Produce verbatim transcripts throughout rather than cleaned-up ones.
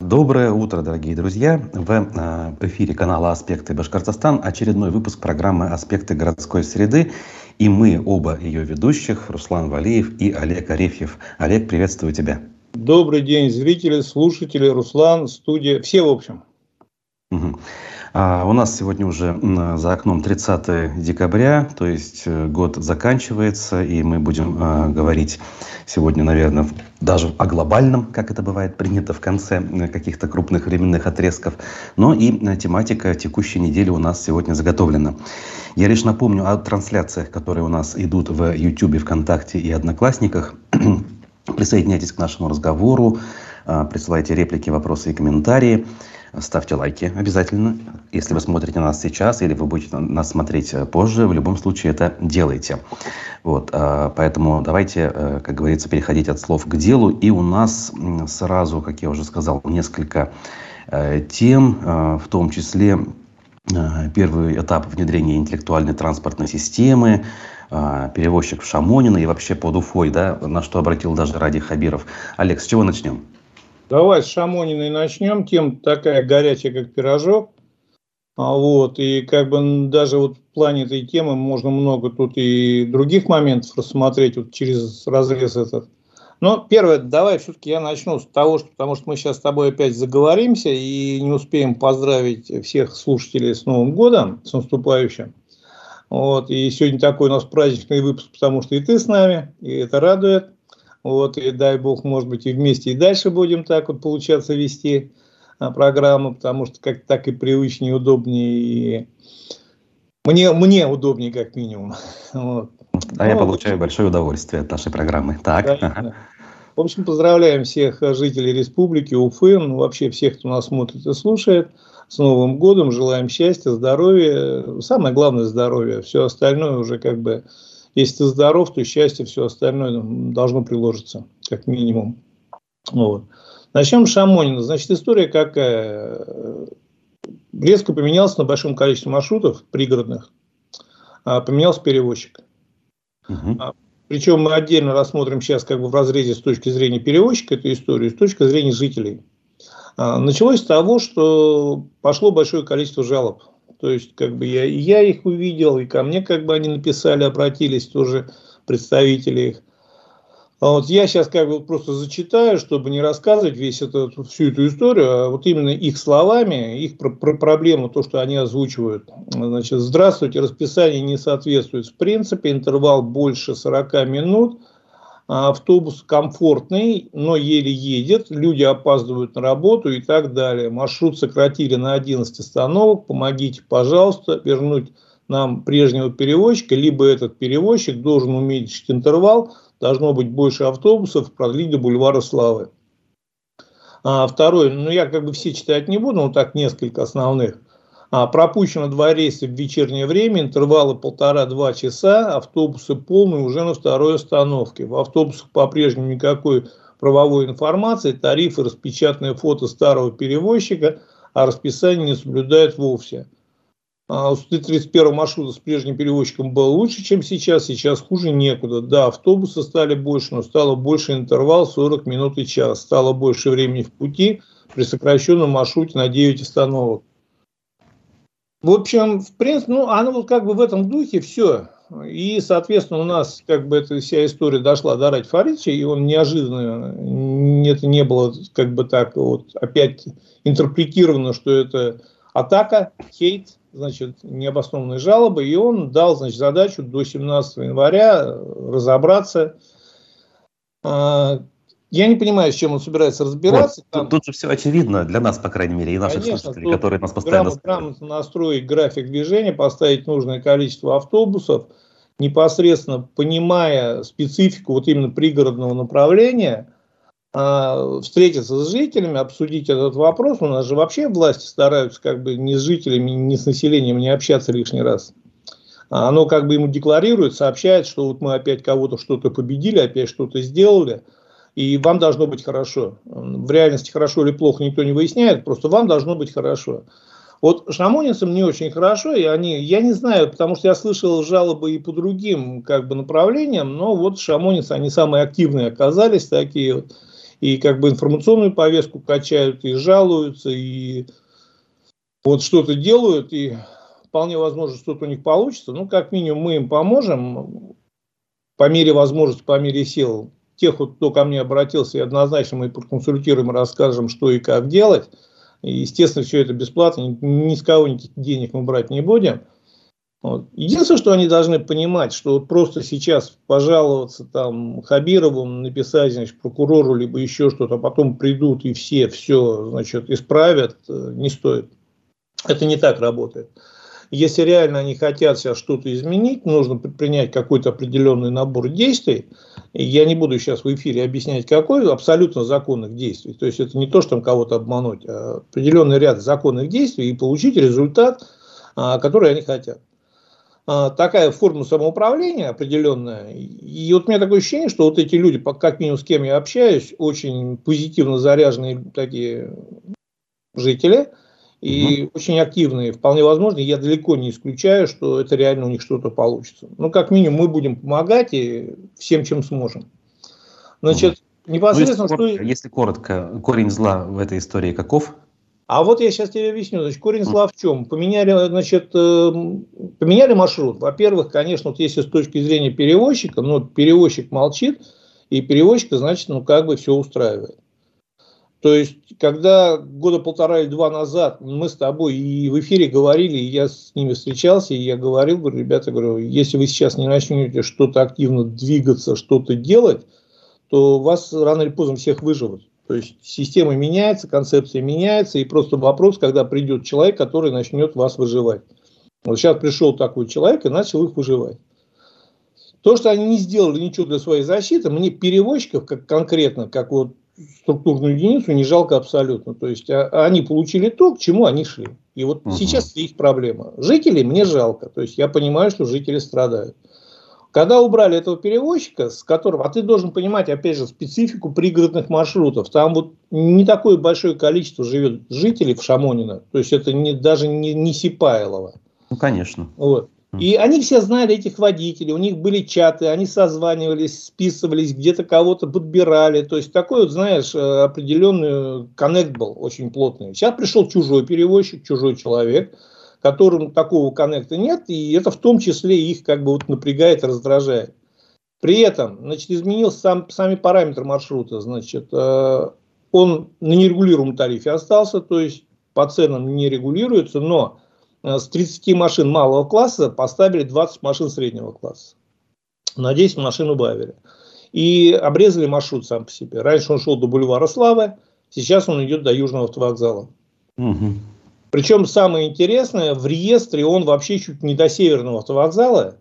Доброе утро, дорогие друзья! В эфире канала «Аспекты Башкортостан» очередной выпуск программы «Аспекты городской среды». И мы оба ее ведущих, Руслан Валиев и Олег Арефьев. Олег, приветствую тебя. Добрый день, зрители, слушатели, Руслан, студия, все в общем. Угу. А у нас сегодня уже за окном тридцатое декабря, то есть год заканчивается, и мы будем а, говорить сегодня, наверное, даже о глобальном, как это бывает принято в конце каких-то крупных временных отрезков. Но и тематика текущей недели у нас сегодня заготовлена. Я лишь напомню о трансляциях, которые у нас идут в Ютубе, ВКонтакте и Одноклассниках. Присоединяйтесь к нашему разговору, присылайте реплики, вопросы и комментарии. Ставьте лайки обязательно, если вы смотрите нас сейчас или вы будете нас смотреть позже, в любом случае это делайте. Вот, поэтому давайте, как говорится, переходить от слов к делу. И у нас сразу, как я уже сказал, несколько тем, в том числе первый этап внедрения интеллектуальной транспортной системы, перевозчик в Шамонино и вообще под Уфой, да, на что обратил даже Ради Хабиров. Олег, с чего начнем? Давай с Шамонина и начнем. Тема такая горячая, как пирожок. А вот, и как бы даже вот в плане этой темы можно много тут и других моментов рассмотреть вот через разрез этот. Но первое, давай все-таки я начну с того, что, потому что мы сейчас с тобой опять заговоримся и не успеем поздравить всех слушателей с Новым годом, с наступающим. Вот, и сегодня такой у нас праздничный выпуск, потому что и ты с нами, и это радует. Вот, и дай бог, может быть, и вместе и дальше будем так вот получаться вести а, программу, потому что как так и привычнее, удобнее, и мне, мне удобнее как минимум. Вот. А ну, я получаю вот, большое удовольствие от нашей программы. Так. Ага. В общем, поздравляем всех жителей республики, Уфы, ну, вообще всех, кто нас смотрит и слушает, с Новым годом, желаем счастья, здоровья, самое главное здоровье, все остальное уже как бы... Если ты здоров, то счастье, все остальное должно приложиться, как минимум. Вот. Начнем с Шамонина. Значит, история какая? Резко поменялся на большом количестве маршрутов пригородных, поменялся перевозчик. Угу. Причем мы отдельно рассмотрим сейчас как бы в разрезе с точки зрения перевозчика эту историю, с точки зрения жителей. Началось с того, что пошло большое количество жалоб. То есть, как бы я, я их увидел, и ко мне как бы они написали, обратились тоже представители их. А вот я сейчас как бы просто зачитаю, чтобы не рассказывать весь этот, всю эту историю, а вот именно их словами, их про, про проблему, то, что они озвучивают. Значит, здравствуйте, расписание не соответствует в принципе, интервал больше сорока минут. Автобус комфортный, но еле едет, люди опаздывают на работу и так далее. Маршрут сократили на одиннадцать остановок, помогите, пожалуйста, вернуть нам прежнего перевозчика, либо этот перевозчик должен уменьшить интервал, должно быть больше автобусов, продлить до бульвара Славы. А второй, ну я как бы все читать не буду, но так несколько основных. А, пропущено два рейса в вечернее время, интервалы полтора-два часа, автобусы полные уже на второй остановке. В автобусах по-прежнему никакой правовой информации, тарифы, распечатанное фото старого перевозчика, а расписание не соблюдают вовсе. А, у сто тридцать первого маршрута с прежним перевозчиком было лучше, чем сейчас, сейчас хуже некуда. Да, автобусы стали больше, но стало больше интервал сорок минут и час, стало больше времени в пути при сокращенном маршруте на девять остановок. В общем, в принципе, ну, оно вот как бы в этом духе все. И, соответственно, у нас как бы эта вся история дошла до Ради Фаридовича, и он неожиданно, это не было как бы так вот опять интерпретировано, что это атака, хейт, значит, необоснованные жалобы, и он дал, значит, задачу до семнадцатого января разобраться. Я не понимаю, с чем он собирается разбираться. Вот, тут, тут же все очевидно для нас, по крайней мере, и наших Конечно, слушателей, которые нас постоянно... Грамотно настроить график движения, поставить нужное количество автобусов, непосредственно понимая специфику вот именно пригородного направления, встретиться с жителями, обсудить этот вопрос. У нас же вообще власти стараются как бы ни с жителями, ни с населением не общаться лишний раз. Оно как бы ему декларирует, сообщает, что вот мы опять кого-то что-то победили, опять что-то сделали. И вам должно быть хорошо. В реальности хорошо или плохо никто не выясняет, просто вам должно быть хорошо. Вот шамонинцам не очень хорошо, и они, я не знаю, потому что я слышал жалобы и по другим как бы направлениям, но вот шамонинцы, они самые активные оказались такие вот. и как бы информационную повестку качают, и жалуются, и вот что-то делают, и вполне возможно, что-то у них получится. Ну, как минимум, мы им поможем по мере возможности, по мере сил. Тех, вот, кто ко мне обратился, и однозначно мы проконсультируем, расскажем, что и как делать. И, естественно, все это бесплатно, ни, ни с кого никаких денег мы брать не будем. Вот. Единственное, что они должны понимать, что вот просто сейчас пожаловаться там Хабирову, написать, значит, прокурору, либо еще что-то, а потом придут и все все, значит, исправят, не стоит. Это не так работает. Если реально они хотят сейчас что-то изменить, нужно предпринять какой-то определенный набор действий. И я не буду сейчас в эфире объяснять, какой, абсолютно законных действий. То есть это не то, что там кого-то обмануть, а определенный ряд законных действий и получить результат, который они хотят. Такая форма самоуправления определенная. И вот у меня такое ощущение, что вот эти люди, как минимум с кем я общаюсь, очень позитивно заряженные такие жители, и угу. очень активные. Вполне возможно, я далеко не исключаю, что это реально у них что-то получится. Ну, как минимум, мы будем помогать и всем, чем сможем. Значит, угу. непосредственно... Ну, если, коротко, что... если коротко, корень зла в этой истории каков? А вот я сейчас тебе объясню. Значит, корень зла в чем? Поменяли, значит, поменяли маршрут. Во-первых, конечно, вот если с точки зрения перевозчика, ну, перевозчик молчит, и перевозчика, значит, ну, как бы все устраивает. То есть, когда года полтора или два назад мы с тобой и в эфире говорили, и я с ними встречался, и я говорил, говорю, ребята, говорю, если вы сейчас не начнете что-то активно двигаться, что-то делать, то вас рано или поздно всех выживут. То есть, система меняется, концепция меняется, и просто вопрос, когда придет человек, который начнет вас выживать. Вот сейчас пришел такой человек и начал их выживать. То, что они не сделали ничего для своей защиты, мне перевозчиков как конкретно, как вот структурную единицу не жалко абсолютно. То есть, а, они получили то, к чему они шли. И вот угу. сейчас это их проблема. Жителей мне жалко. То есть, я понимаю, что жители страдают. Когда убрали этого перевозчика, с которого... А ты должен понимать, опять же, специфику пригородных маршрутов. Там вот не такое большое количество живет жителей в Шамонино. То есть, это не, даже не, не Сипайлово. Ну, конечно. Вот. И они все знали этих водителей, у них были чаты, они созванивались, списывались, где-то кого-то подбирали. То есть, такой вот, знаешь, определенный коннект был очень плотный. Сейчас пришел чужой перевозчик, чужой человек, которым такого коннекта нет, и это в том числе их как бы вот напрягает, раздражает. При этом, значит, изменился сам, сами параметры маршрута. Значит, он на нерегулируемом тарифе остался, то есть по ценам не регулируется, но с тридцати машин малого класса поставили двадцать машин среднего класса. На десять машин убавили. И обрезали маршрут сам по себе. Раньше он шел до бульвара Славы, сейчас он идет до Южного автовокзала. Угу. Причем самое интересное, в реестре он вообще чуть не до Северного автовокзала.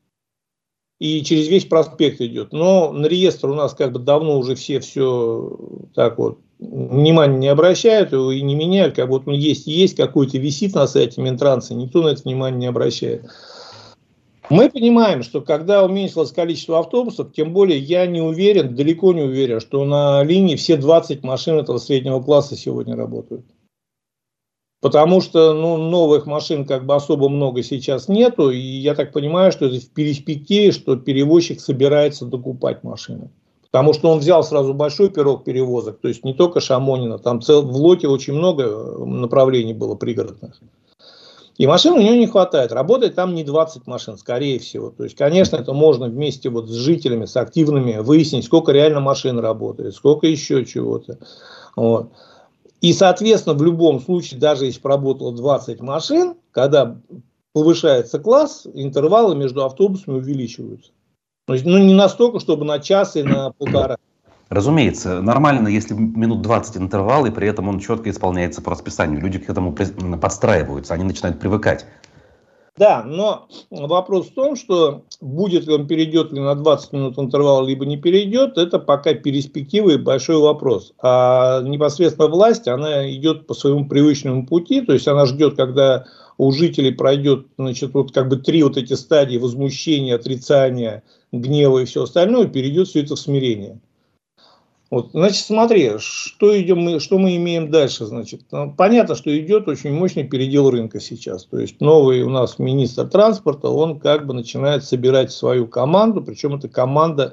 И через весь проспект идет. Но на реестр у нас как бы давно уже все все так вот внимания не обращают его и не меняют, как вот он есть, есть какой-то висит на сайте Минтранса, никто на это внимание не обращает. Мы понимаем, что когда уменьшилось количество автобусов, тем более я не уверен, далеко не уверен, что на линии все двадцать машин этого среднего класса сегодня работают. Потому что ну, новых машин как бы особо много сейчас нету, и я так понимаю, что это в перспективе, что перевозчик собирается докупать машины. Потому что он взял сразу большой пирог перевозок, то есть не только Шамонино, там цел, в лоте очень много направлений было пригородных. И машин у него не хватает, работает там не двадцать машин, скорее всего. То есть, конечно, это можно вместе вот с жителями, с активными выяснить, сколько реально машин работает, сколько еще чего-то. Вот. И, соответственно, в любом случае, даже если поработало двадцать машин, когда повышается класс, интервалы между автобусами увеличиваются. То есть, ну, не настолько, чтобы на час и на полтора. Разумеется, нормально, если минут двадцать интервал, и при этом он четко исполняется по расписанию. Люди к этому подстраиваются, они начинают привыкать. Да, но вопрос в том, что будет ли он, перейдет ли на двадцать минут интервал, либо не перейдет, это пока перспектива и большой вопрос. А непосредственно власть, она идет по своему привычному пути, то есть она ждет, когда у жителей пройдет, значит, вот как бы три вот эти стадии возмущения, отрицания, гнева и все остальное, перейдет все это в смирение. Вот, значит, смотри, что, идем мы, что мы имеем дальше. Значит, понятно, что идет очень мощный передел рынка сейчас. То есть новый у нас министр транспорта, он как бы начинает собирать свою команду, причем эта команда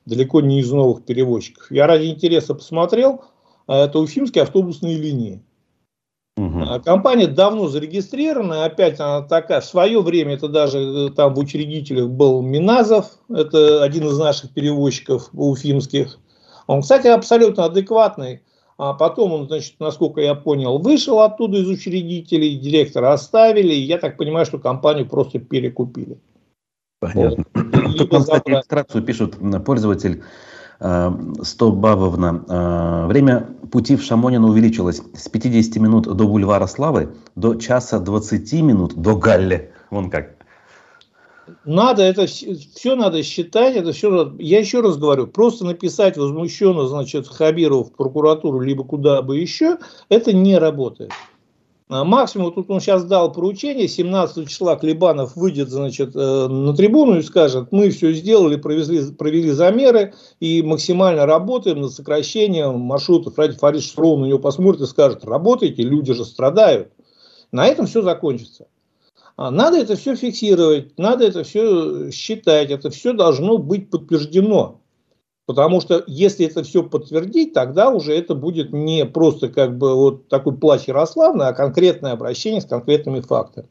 далеко не из новых перевозчиков. Я ради интереса посмотрел, это уфимские автобусные линии. Угу. Компания давно зарегистрирована, опять она такая, в свое время это даже там в учредителях был Миназов, это один из наших перевозчиков уфимских. Он, кстати, абсолютно адекватный. А потом он, значит, насколько я понял, вышел оттуда из учредителей, директора оставили, и я так понимаю, что компанию просто перекупили. Понятно. Вот. Тут нам, кстати, регистрацию пишут пользователь э, сто Бабовна. Э, время пути в Шамонино увеличилось с пятидесяти минут до бульвара Славы до часа двадцати минут до Галле. Вон как. Надо это все надо считать, это все надо, я еще раз говорю, просто написать возмущенно, значит, Хабирову в прокуратуру, либо куда бы еще, это не работает. А максимум, тут он сейчас дал поручение, семнадцатого числа Клебанов выйдет, значит, на трибуну и скажет, мы все сделали, провезли, провели замеры и максимально работаем над сокращением маршрутов. Ради Фаридович ровно на него посмотрит и скажет, работайте, люди же страдают. На этом все закончится. Надо это все фиксировать, надо это все считать, это все должно быть подтверждено. Потому что если это все подтвердить, тогда уже это будет не просто как бы вот такой плач Ярославны, а конкретное обращение с конкретными фактами.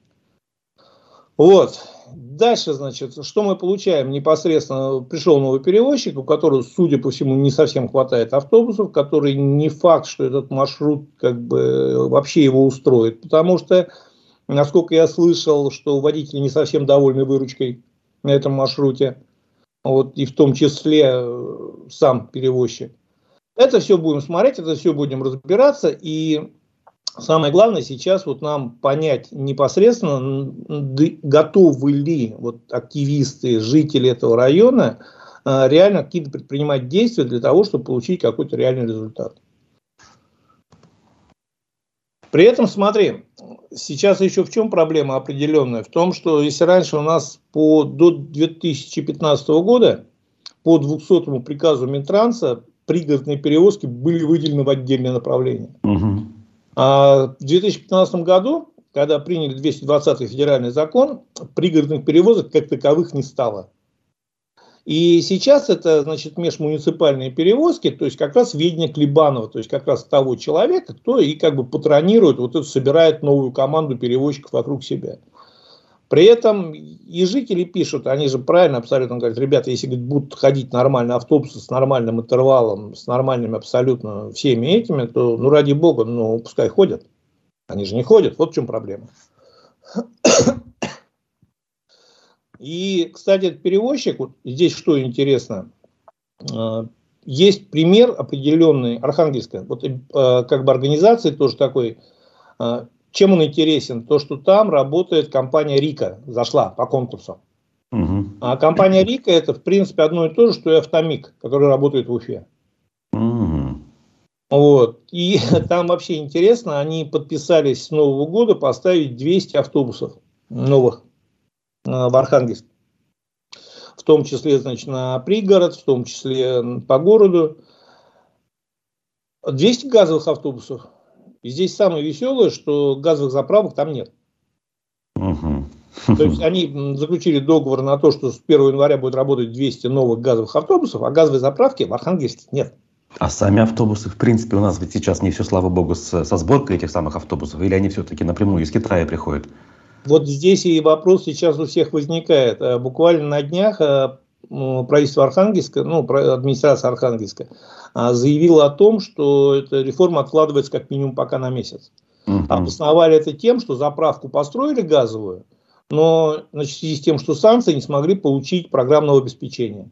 Вот. Дальше, значит, что мы получаем? Непосредственно пришел новый перевозчик, у которого, судя по всему, не совсем хватает автобусов, который не факт, что этот маршрут как бы вообще его устроит. Потому что, насколько я слышал, что водители не совсем довольны выручкой на этом маршруте. Вот, и в том числе сам перевозчик. Это все будем смотреть, это все будем разбираться. И самое главное сейчас вот нам понять непосредственно, готовы ли вот активисты, жители этого района реально какие-то предпринимать действия для того, чтобы получить какой-то реальный результат. При этом, смотри, сейчас еще в чем проблема определенная? В том, что если раньше у нас по, до две тысячи пятнадцатого года по двухсотому приказу Минтранса пригородные перевозки были выделены в отдельное направление. Угу. А в две тысячи пятнадцатом году, когда приняли двести двадцатый федеральный закон, пригородных перевозок как таковых не стало. И сейчас это, значит, межмуниципальные перевозки, то есть как раз ведение Клебанова, то есть как раз того человека, кто и как бы патронирует, вот это собирает новую команду перевозчиков вокруг себя. При этом и жители пишут, они же правильно абсолютно говорят, ребята, если говорит, будут ходить нормальные автобусы с нормальным интервалом, с нормальными абсолютно всеми этими, то, ну, ради бога, ну, пускай ходят. Они же не ходят, вот в чем проблема. И, кстати, этот перевозчик, вот здесь что интересно, есть пример определенный, Архангельская, вот как бы организации тоже такой, чем он интересен, то, что там работает компания Рика, зашла по конкурсу. Угу. А компания Рика это, в принципе, одно и то же, что и Автомик, который работает в Уфе. Угу. Вот. И там вообще интересно, они подписались с Нового года поставить двести автобусов новых в Архангельск, в том числе, значит, на пригород, в том числе по городу. двести газовых автобусов. И здесь самое веселое, что газовых заправок там нет. Угу. То есть они заключили договор на то, что с первого января будет работать двести новых газовых автобусов, а газовой заправки в Архангельске нет. А сами автобусы, в принципе, у нас ведь сейчас не все, слава богу, с, со сборкой этих самых автобусов, или они все-таки напрямую из Китая приходят? Вот здесь и вопрос сейчас у всех возникает. Буквально на днях правительство Архангельска, ну, администрация Архангельска заявила о том, что эта реформа откладывается как минимум пока на месяц. Uh-huh. Обосновали это тем, что заправку построили газовую, но, значит, в связи с тем, что станции не смогли получить программного обеспечения.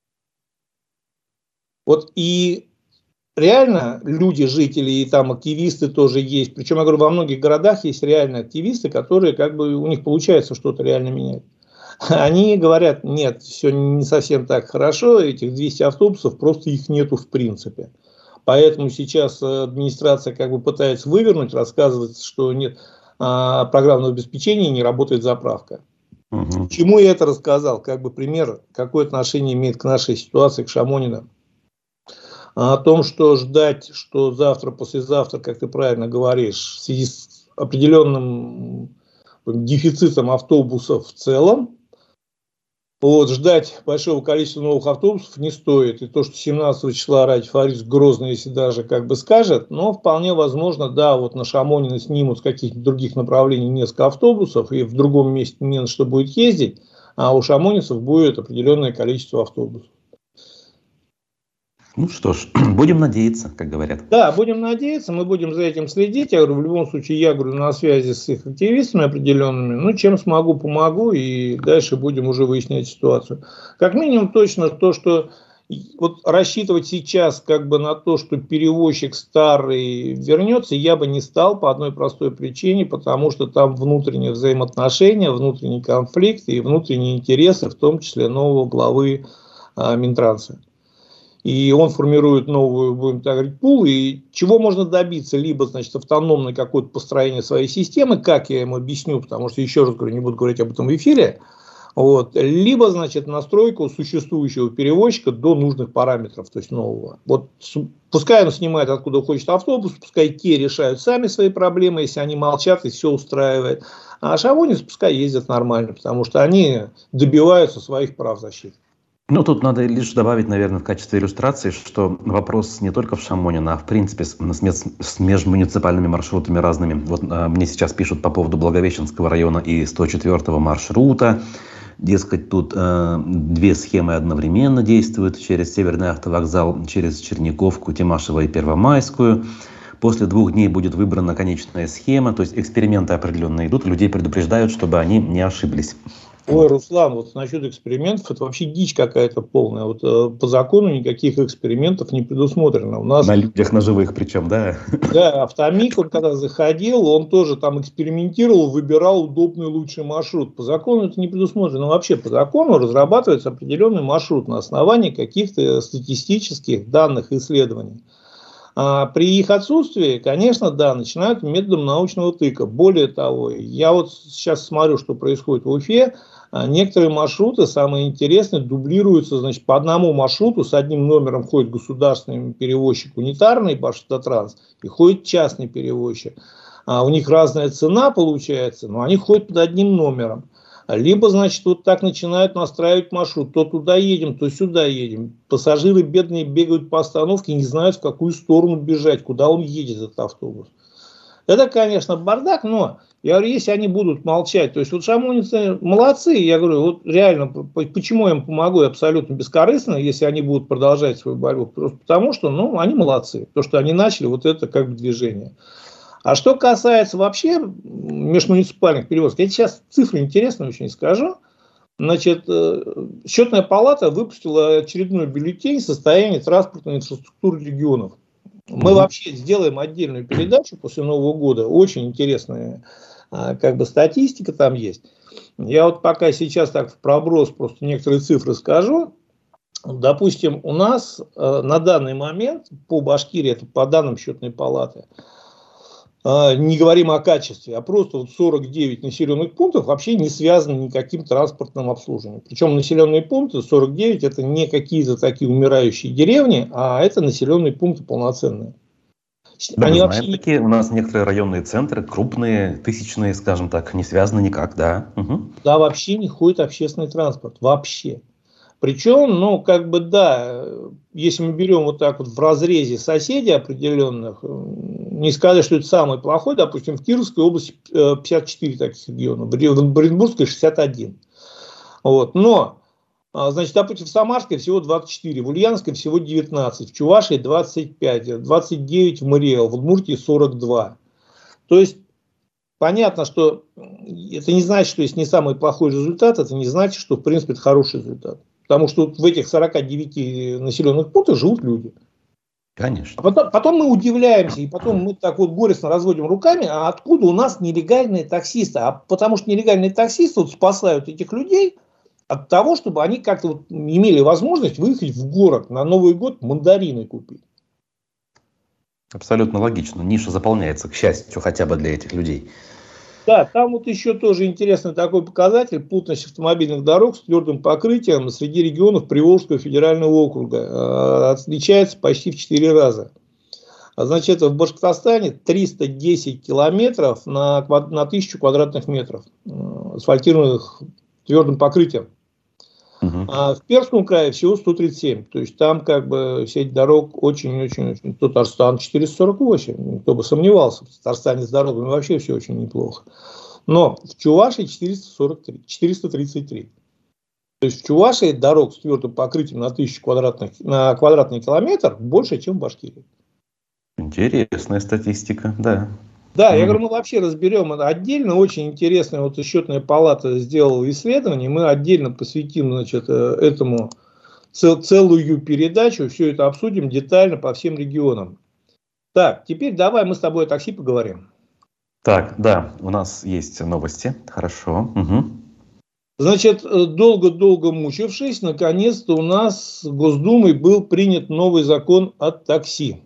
Вот и реально люди, жители и там активисты тоже есть. Причем, я говорю, во многих городах есть реально активисты, которые как бы у них получается что-то реально менять. Они говорят, нет, все не совсем так хорошо, этих двести автобусов, просто их нету в принципе. Поэтому сейчас администрация как бы пытается вывернуть, рассказывать, что нет а, программного обеспечения, не работает заправка. Угу. Чему я это рассказал? Как бы пример, какое отношение имеет к нашей ситуации, к Шамонино. О том, что ждать, что завтра, послезавтра, как ты правильно говоришь, в связи с определенным дефицитом автобусов в целом, Вот, ждать большого количества новых автобусов не стоит. И то, что семнадцатого числа Радий Фаридович грозно, если даже как бы скажет, но вполне возможно, да, вот на Шамонина снимут с каких-то других направлений несколько автобусов, и в другом месте не на что будет ездить, а у шамонинцев будет определенное количество автобусов. Ну что ж, будем надеяться, как говорят. Да, будем надеяться, мы будем за этим следить. Я говорю, в любом случае, я говорю, на связи с их активистами определенными. Ну, чем смогу, помогу, и дальше будем уже выяснять ситуацию. Как минимум точно то, что вот рассчитывать сейчас как бы на то, что перевозчик старый вернется, я бы не стал по одной простой причине, потому что там внутренние взаимоотношения, внутренний конфликт и внутренние интересы, в том числе нового главы а, Минтранса. И он формирует новую, будем так говорить, пул. И чего можно добиться? Либо, значит, автономное какое-то построение своей системы, как я ему объясню, потому что, еще раз говорю, не буду говорить об этом в эфире. Вот. Либо, значит, настройку существующего перевозчика до нужных параметров, то есть нового. Вот пускай он снимает, откуда хочет автобус, пускай те решают сами свои проблемы, если они молчат и все устраивает. А шамонинцы пускай ездят нормально, потому что они добиваются своих прав защиты. Ну, тут надо лишь добавить, наверное, в качестве иллюстрации, что вопрос не только в Шамонино, а в принципе с, с, с межмуниципальными маршрутами разными. Вот а, мне сейчас пишут по поводу Благовещенского района и сто четвёртого маршрута. Дескать, тут э, две схемы одновременно действуют через Северный автовокзал, через Черниковку, Тимашево и Первомайскую. После двух дней будет выбрана конечная схема, то есть эксперименты определенно идут, людей предупреждают, чтобы они не ошиблись. Ой, Руслан, вот насчет экспериментов, это вообще дичь какая-то полная. Вот э, по закону никаких экспериментов не предусмотрено. У нас... На людях, на живых причем, да? Да, Автомик, он когда заходил, он тоже там экспериментировал, выбирал удобный лучший маршрут. По закону это не предусмотрено. Вообще по закону разрабатывается определенный маршрут на основании каких-то статистических данных исследований. А при их отсутствии, конечно, да, начинают методом научного тыка. Более того, я вот сейчас смотрю, что происходит в Уфе. Некоторые маршруты, самые интересные, дублируются, значит, по одному маршруту с одним номером ходит государственный перевозчик унитарный, Башавтотранс, и ходит частный перевозчик. А у них разная цена получается, но они ходят под одним номером. Либо, значит, вот так начинают настраивать маршрут. То туда едем, то сюда едем. Пассажиры бедные бегают по остановке и не знают, в какую сторону бежать, куда он едет, этот автобус. Это, конечно, бардак, но я говорю, если они будут молчать, то есть вот шамонинцы молодцы, я говорю, вот реально, почему я им помогу абсолютно бескорыстно, если они будут продолжать свою борьбу, просто потому что, ну, они молодцы, то, что они начали вот это как бы движение. А что касается вообще межмуниципальных перевозок, я сейчас цифры интересные очень скажу. Значит, счетная палата выпустила очередной бюллетень состояния транспортной инфраструктуры регионов. Мы mm-hmm. вообще сделаем отдельную передачу после Нового года. Очень интересная как бы статистика там есть. Я вот пока сейчас так в проброс просто некоторые цифры скажу. Допустим, у нас на данный момент по Башкирии, это по данным счетной палаты, не говорим о качестве, а просто вот сорок девять населенных пунктов вообще не связаны никаким транспортным обслуживанием. Причем населенные пункты сорок девять это не какие-то такие умирающие деревни, а это населенные пункты полноценные. Да, Они мы знаем, вообще... такие, у нас некоторые районные центры, крупные, тысячные, скажем так, не связаны никак, да. Угу. Да, вообще не ходит общественный транспорт, вообще. Причем, ну, как бы, да, если мы берем вот так вот в разрезе соседей определенных, не сказать, что это самый плохой, допустим, в Кировской области пятьдесят четыре таких региона, в Оренбургской шестьдесят один. Вот. Но, значит, допустим, в Самарской всего двадцать четыре, в Ульяновской всего девятнадцать, в Чувашии двадцать пять, двадцать девять в Мариэл, в Удмуртии сорок два. То есть, понятно, что это не значит, что есть не самый плохой результат, это не значит, что, в принципе, это хороший результат. Потому что в этих сорока девяти населенных пунктах живут люди. Конечно. А потом, потом мы удивляемся, и потом мы так вот горестно разводим руками, а откуда у нас нелегальные таксисты? А потому что нелегальные таксисты вот спасают этих людей от того, чтобы они как-то вот имели возможность выехать в город на Новый год мандарины купить. Абсолютно логично. Ниша заполняется, к счастью, хотя бы для этих людей. Да, там вот еще тоже интересный такой показатель. Плотность автомобильных дорог с твердым покрытием среди регионов Приволжского федерального округа э, отличается почти в четыре раза. Значит, в Башкортостане триста десять километров на, на тысячу квадратных метров э, асфальтированных твердым покрытием. Uh-huh. А в Пермском крае всего сто тридцать семь. То есть там как бы сеть дорог очень-очень-очень. Татарстан четыреста сорок восемь. Кто бы сомневался, в Татарстане с дорогами вообще все очень неплохо. Но в Чувашии четыреста сорок три, четыреста тридцать три. То есть в Чувашии дорог с твердым покрытием на тысячу квадратных, на квадратный километр больше, чем в Башкирии. Интересная статистика, да. Да, я говорю, мы вообще разберем это отдельно. Очень интересно, вот Счетная палата сделала исследование, мы отдельно посвятим, значит, этому цел, целую передачу, все это обсудим детально по всем регионам. Так, теперь давай мы с тобой о такси поговорим. Так, да, у нас есть новости, хорошо. Угу. Значит, долго-долго мучившись, наконец-то у нас Госдумой был принят новый закон о такси.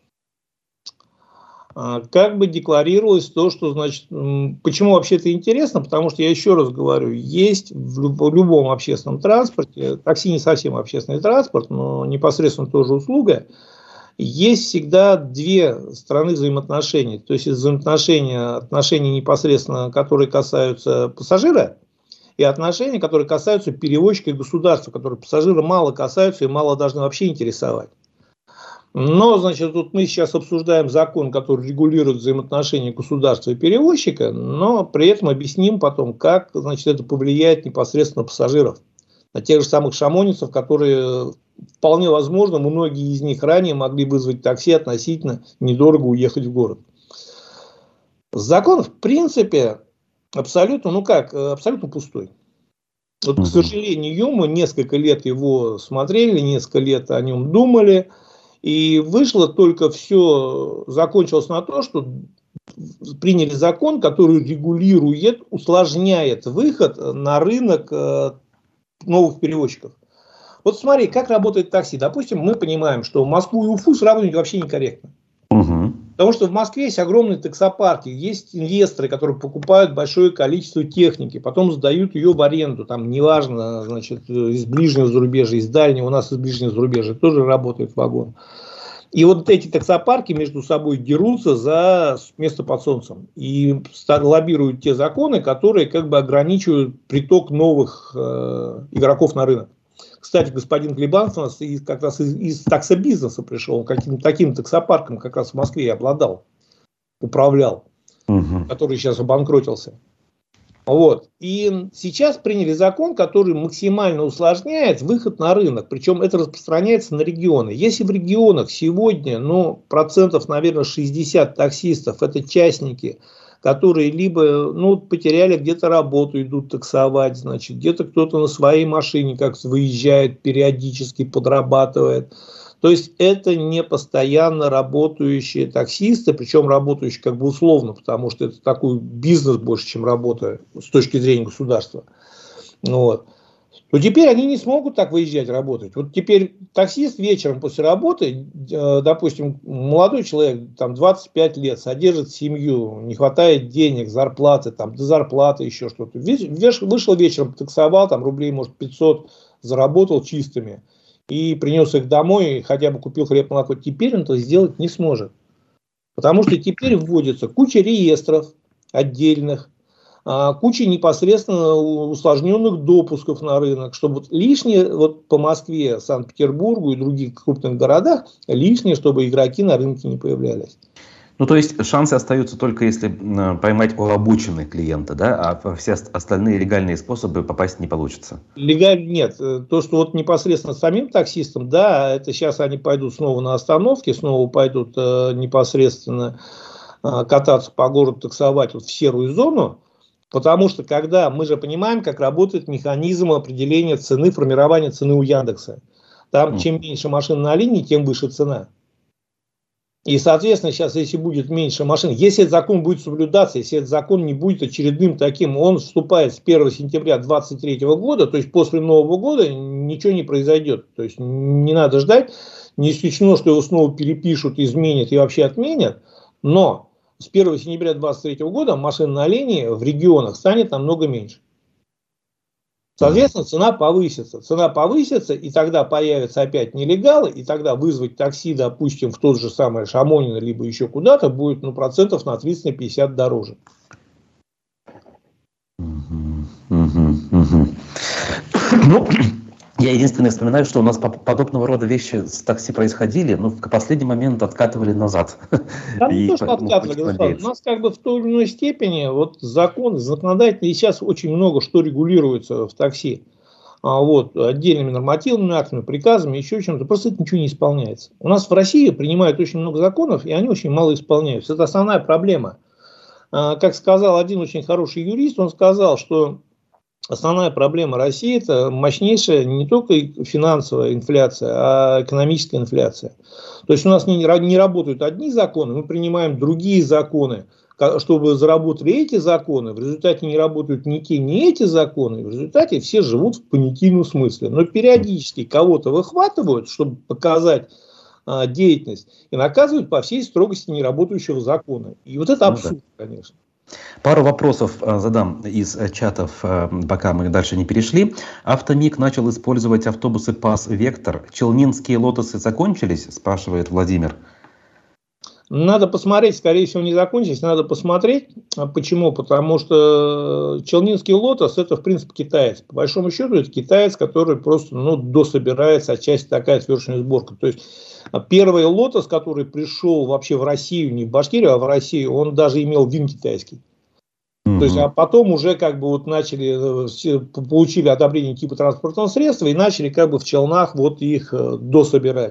Как бы декларировалось то, что, значит, почему вообще это интересно, потому что, я еще раз говорю, есть в любом общественном транспорте, такси не совсем общественный транспорт, но непосредственно тоже услуга, есть всегда две стороны взаимоотношений. То есть взаимоотношения, отношения непосредственно, которые касаются пассажира, и отношения, которые касаются перевозчика и государства, которые пассажира мало касаются и мало должны вообще интересовать. Но, значит, тут мы сейчас обсуждаем закон, который регулирует взаимоотношения государства и перевозчика, но при этом объясним потом, как, значит, это повлияет непосредственно на пассажиров, на тех же самых шамонинцев, которые, вполне возможно, многие из них ранее могли вызвать такси относительно недорого уехать в город. Закон, в принципе, абсолютно, ну как, абсолютно пустой. Вот, к сожалению, мы несколько лет его смотрели, несколько лет о нем думали. И вышло только все, закончилось на то, что приняли закон, который регулирует, усложняет выход на рынок новых перевозчиков. Вот смотри, как работает такси. Допустим, мы понимаем, что Москву и Уфу сравнивать вообще некорректно. Угу. Потому что в Москве есть огромные таксопарки, есть инвесторы, которые покупают большое количество техники, потом сдают ее в аренду. Там неважно, значит, из ближнего зарубежья, из дальнего, у нас из ближнего зарубежья тоже работает вагон. И вот эти таксопарки между собой дерутся за место под солнцем. И лоббируют те законы, которые как бы ограничивают приток новых э, игроков на рынок. Кстати, господин Глебанцев у нас из, как раз из, из таксобизнеса пришел, каким-то таким таксопарком как раз в Москве обладал, управлял, угу. который сейчас обанкротился. Вот. И сейчас приняли закон, который максимально усложняет выход на рынок. Причем это распространяется на регионы. Если в регионах сегодня, ну, процентов, наверное, шестьдесят таксистов, это частники, которые либо, ну, потеряли где-то работу, идут таксовать, значит, где-то кто-то на своей машине как выезжает, периодически подрабатывает. То есть это не постоянно работающие таксисты, причем работающие как бы условно, потому что это такой бизнес больше, чем работа с точки зрения государства. Вот. То теперь они не смогут так выезжать работать. Вот теперь таксист вечером после работы, допустим, молодой человек, там двадцать пять лет, содержит семью, не хватает денег, зарплаты, там, до зарплаты еще что-то. Вышел вечером, таксовал, там рублей, может, пятьсот заработал чистыми. И принес их домой, хотя бы купил хлеб, молоко. Теперь он это сделать не сможет. Потому что теперь вводится куча реестров отдельных, куча непосредственно усложненных допусков на рынок, чтобы вот лишнее вот по Москве, Санкт-Петербургу и других крупных городах, лишнее, чтобы игроки на рынке не появлялись. Ну, то есть шансы остаются только если поймать обученных клиента, да, а все остальные легальные способы попасть не получится. Легаль нет. То, что вот непосредственно самим таксистам, да, это сейчас они пойдут снова на остановке, снова пойдут э, непосредственно э, кататься по городу, таксовать вот в серую зону, потому что когда мы же понимаем, как работает механизм определения цены, формирования цены у Яндекса. Там mm. чем меньше машин на линии, тем выше цена. И, соответственно, сейчас, если будет меньше машин, если этот закон будет соблюдаться, если этот закон не будет очередным таким, он вступает с первого сентября две тысячи двадцать третьего года, то есть после Нового года ничего не произойдет. То есть не надо ждать, не исключено, что его снова перепишут, изменят и вообще отменят, но с первого сентября две тысячи двадцать третьего года машин на линии в регионах станет намного меньше. Соответственно, цена повысится. Цена повысится, и тогда появятся опять нелегалы, и тогда вызвать такси, допустим, в тот же самый Шамонино, либо еще куда-то, будет ну, процентов на тридцать-пятьдесят дороже. Угу, угу, угу. Ну, Я единственное вспоминаю, что у нас подобного рода вещи с такси происходили, но в последний момент откатывали назад. Да, не то, что откатывали, Руслан. У нас как бы в той или иной степени вот закон, законодательный, и сейчас очень много что регулируется в такси. А вот, отдельными нормативными актами, приказами, еще чем-то. Просто это ничего не исполняется. У нас в России принимают очень много законов, и они очень мало исполняются. Это основная проблема. А, как сказал один очень хороший юрист, он сказал, что основная проблема России – это мощнейшая не только финансовая инфляция, а экономическая инфляция. То есть у нас не, не работают одни законы, мы принимаем другие законы, чтобы заработали эти законы, в результате не работают ни те, ни эти законы, в результате все живут в понятийном смысле. Но периодически кого-то выхватывают, чтобы показать а, деятельность, и наказывают по всей строгости неработающего закона. И вот это абсурд, конечно. Пару вопросов задам из чатов, пока мы дальше не перешли. Автомиг начал использовать автобусы ПАС «Вектор». Челнинские лотосы закончились, спрашивает Владимир. Надо посмотреть, скорее всего, не закончились. Надо посмотреть. Почему? Потому что челнинский лотос – это, в принципе, китаец. По большому счету, это китаец, который просто ну, дособирается, отчасти такая сверхурочная сборка. То есть, первый лотос, который пришел вообще в Россию, не в Башкирию, а в Россию, он даже имел вин китайский. Mm-hmm. То есть, а потом уже как бы вот начали, получили одобрение типа транспортного средства и начали как бы в Челнах вот их дособирать.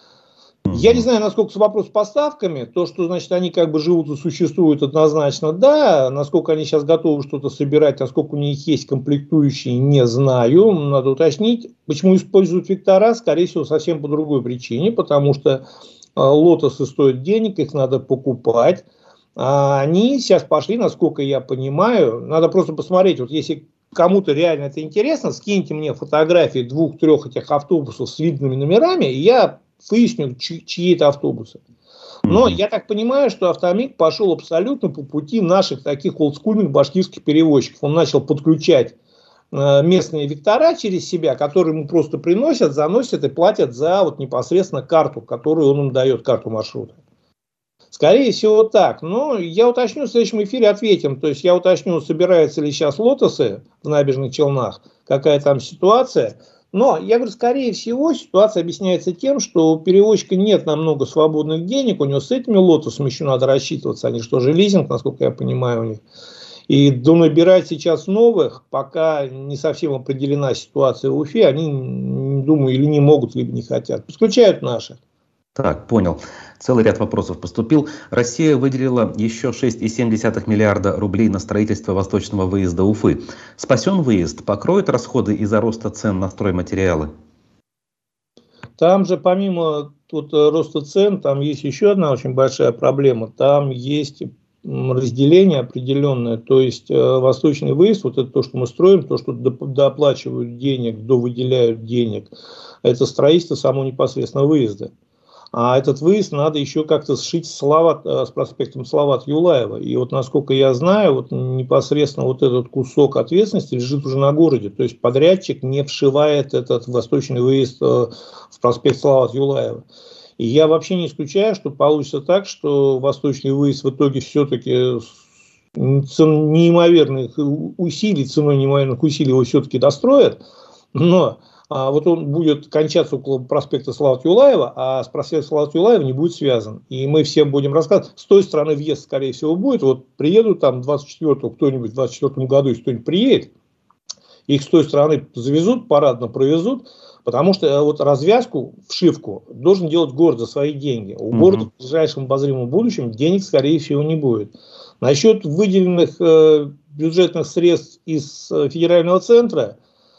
Я не знаю, насколько вопрос с поставками, то, что, значит, они как бы живут и существуют, однозначно, да, насколько они сейчас готовы что-то собирать, насколько у них есть комплектующие, не знаю, надо уточнить. Почему используют вектора, скорее всего, совсем по другой причине, потому что э, лотосы стоят денег, их надо покупать, а они сейчас пошли, насколько я понимаю, надо просто посмотреть, вот если кому-то реально это интересно, скиньте мне фотографии двух-трех этих автобусов с видными номерами, и я выясню, чьи это автобусы. Но mm-hmm. я так понимаю, что Автомиг пошел абсолютно по пути наших таких олдскульных башкирских перевозчиков. Он начал подключать э, местные вектора через себя, которые ему просто приносят, заносят и платят за вот непосредственно карту, которую он им дает, карту маршрута. Скорее всего так. Но я уточню, в следующем эфире ответим. То есть я уточню, собираются ли сейчас лотосы в Набережных Челнах, какая там ситуация. Но, я говорю, скорее всего, ситуация объясняется тем, что у перевозчика нет намного свободных денег, у него с этими лотосами еще надо рассчитываться, они что же лизинг, насколько я понимаю, у них. И набирать сейчас новых, пока не совсем определена ситуация в Уфе, они, думаю, или не могут, либо не хотят. Подключают наши. Так, понял. Целый ряд вопросов поступил. Россия выделила еще шесть целых семь десятых миллиарда рублей на строительство восточного выезда Уфы. Спасен выезд? Покроет расходы из-за роста цен на стройматериалы? Там же помимо тут роста цен, там есть еще одна очень большая проблема. Там есть разделение определенное. То есть восточный выезд, вот это то, что мы строим, то, что доплачивают денег, довыделяют денег, это строительство само непосредственно выезда. А этот выезд надо еще как-то сшить с, Салават, с проспектом Салават Юлаева. И вот насколько я знаю, вот непосредственно вот этот кусок ответственности лежит уже на городе. То есть подрядчик не вшивает этот восточный выезд в проспект Салават Юлаева. И я вообще не исключаю, что получится так, что восточный выезд в итоге все-таки неимоверных усилий, ценой неимоверных усилий его все-таки достроят. Но А вот он будет кончаться около проспекта Салават Юлаева, а с проспектом Салават Юлаева не будет связан. И мы всем будем рассказывать. С той стороны въезд, скорее всего, будет. Вот приедут там двадцать четвёртого кто-нибудь в двадцать четвёртом году, если кто-нибудь приедет, их с той стороны завезут, парадно провезут, потому что вот развязку, вшивку должен делать город за свои деньги. У mm-hmm. города в ближайшем обозримом будущем денег, скорее всего, не будет. Насчет выделенных э, бюджетных средств из э, федерального центра,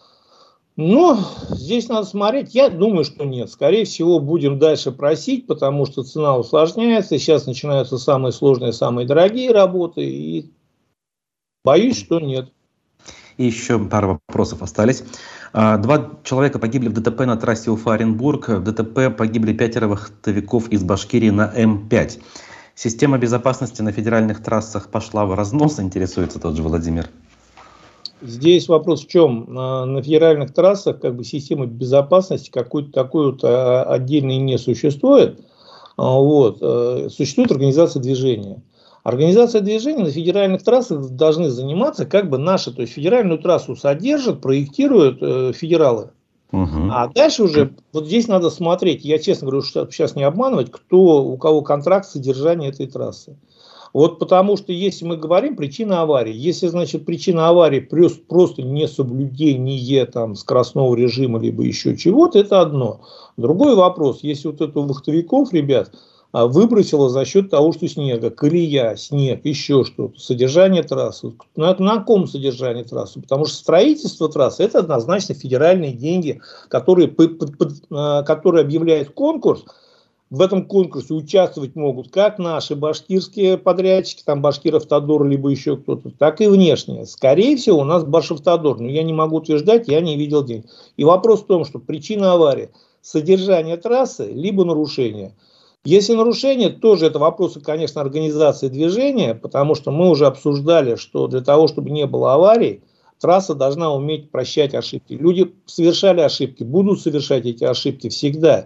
ну, здесь надо смотреть. Я думаю, что нет. Скорее всего, будем дальше просить, потому что цена усложняется. Сейчас начинаются самые сложные, самые дорогие работы. И боюсь, что нет. И еще пару вопросов остались. Два человека погибли в ДТП на трассе Уфа-Оренбург. В ДТП погибли пятеро вахтовиков из Башкирии на Эм пять. Система безопасности на федеральных трассах пошла в разнос, интересуется тот же Владимир. Здесь вопрос в чем? На федеральных трассах как бы системы безопасности какой-то такой вот отдельной не существует. Вот. Существует организация движения. Организация движения на федеральных трассах должны заниматься как бы наши. То есть федеральную трассу содержат, проектируют федералы. Угу. А дальше уже, вот здесь надо смотреть, я честно говорю, что сейчас не обманывать, кто, у кого контракт содержания этой трассы. Вот потому что если мы говорим причина аварии, если, значит, причина аварии плюс просто несоблюдение там скоростного режима, либо еще чего-то, это одно. Другой вопрос, если вот это вахтовиков, ребят, выбросило за счет того, что снега, колея, снег, еще что-то, содержание трассы. На, на каком содержании трассы? Потому что строительство трассы – это однозначно федеральные деньги, которые, под, под, которые объявляет конкурс. В этом конкурсе участвовать могут как наши башкирские подрядчики, там Башкиравтодор, либо еще кто-то, так и внешние. Скорее всего, у нас Башавтодор, но я не могу утверждать, я не видел денег. И вопрос в том, что причина аварии – содержание трассы, либо нарушение. Если нарушение, тоже это вопросы, конечно, организации движения, потому что мы уже обсуждали, что для того, чтобы не было аварий, трасса должна уметь прощать ошибки. Люди совершали ошибки, будут совершать эти ошибки всегда.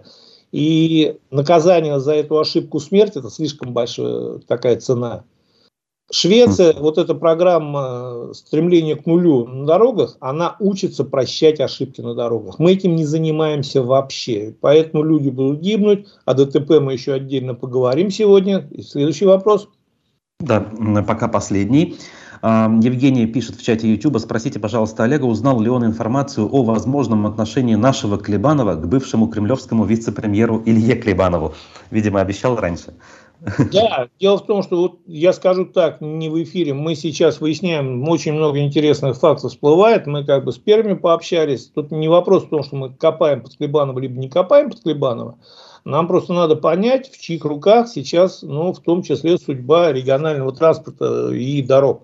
И наказание за эту ошибку смерть – это слишком большая такая цена. Швеция, вот эта программа стремления к нулю на дорогах, она учится прощать ошибки на дорогах. Мы этим не занимаемся вообще. Поэтому люди будут гибнуть. О ДТП мы еще отдельно поговорим сегодня. И следующий вопрос. Да, пока последний. Евгений пишет в чате YouTube: спросите, пожалуйста, Олега, узнал ли он информацию о возможном отношении нашего Клебанова к бывшему кремлевскому вице-премьеру Илье Клебанову? Видимо, обещал раньше. Да, дело в том, что вот я скажу так, не в эфире, мы сейчас выясняем, очень много интересных фактов всплывает, мы как бы с первыми пообщались, тут не вопрос в том, что мы копаем под Клебанова, либо не копаем под Клебанова, нам просто надо понять, в чьих руках сейчас, ну, в том числе судьба регионального транспорта и дорог.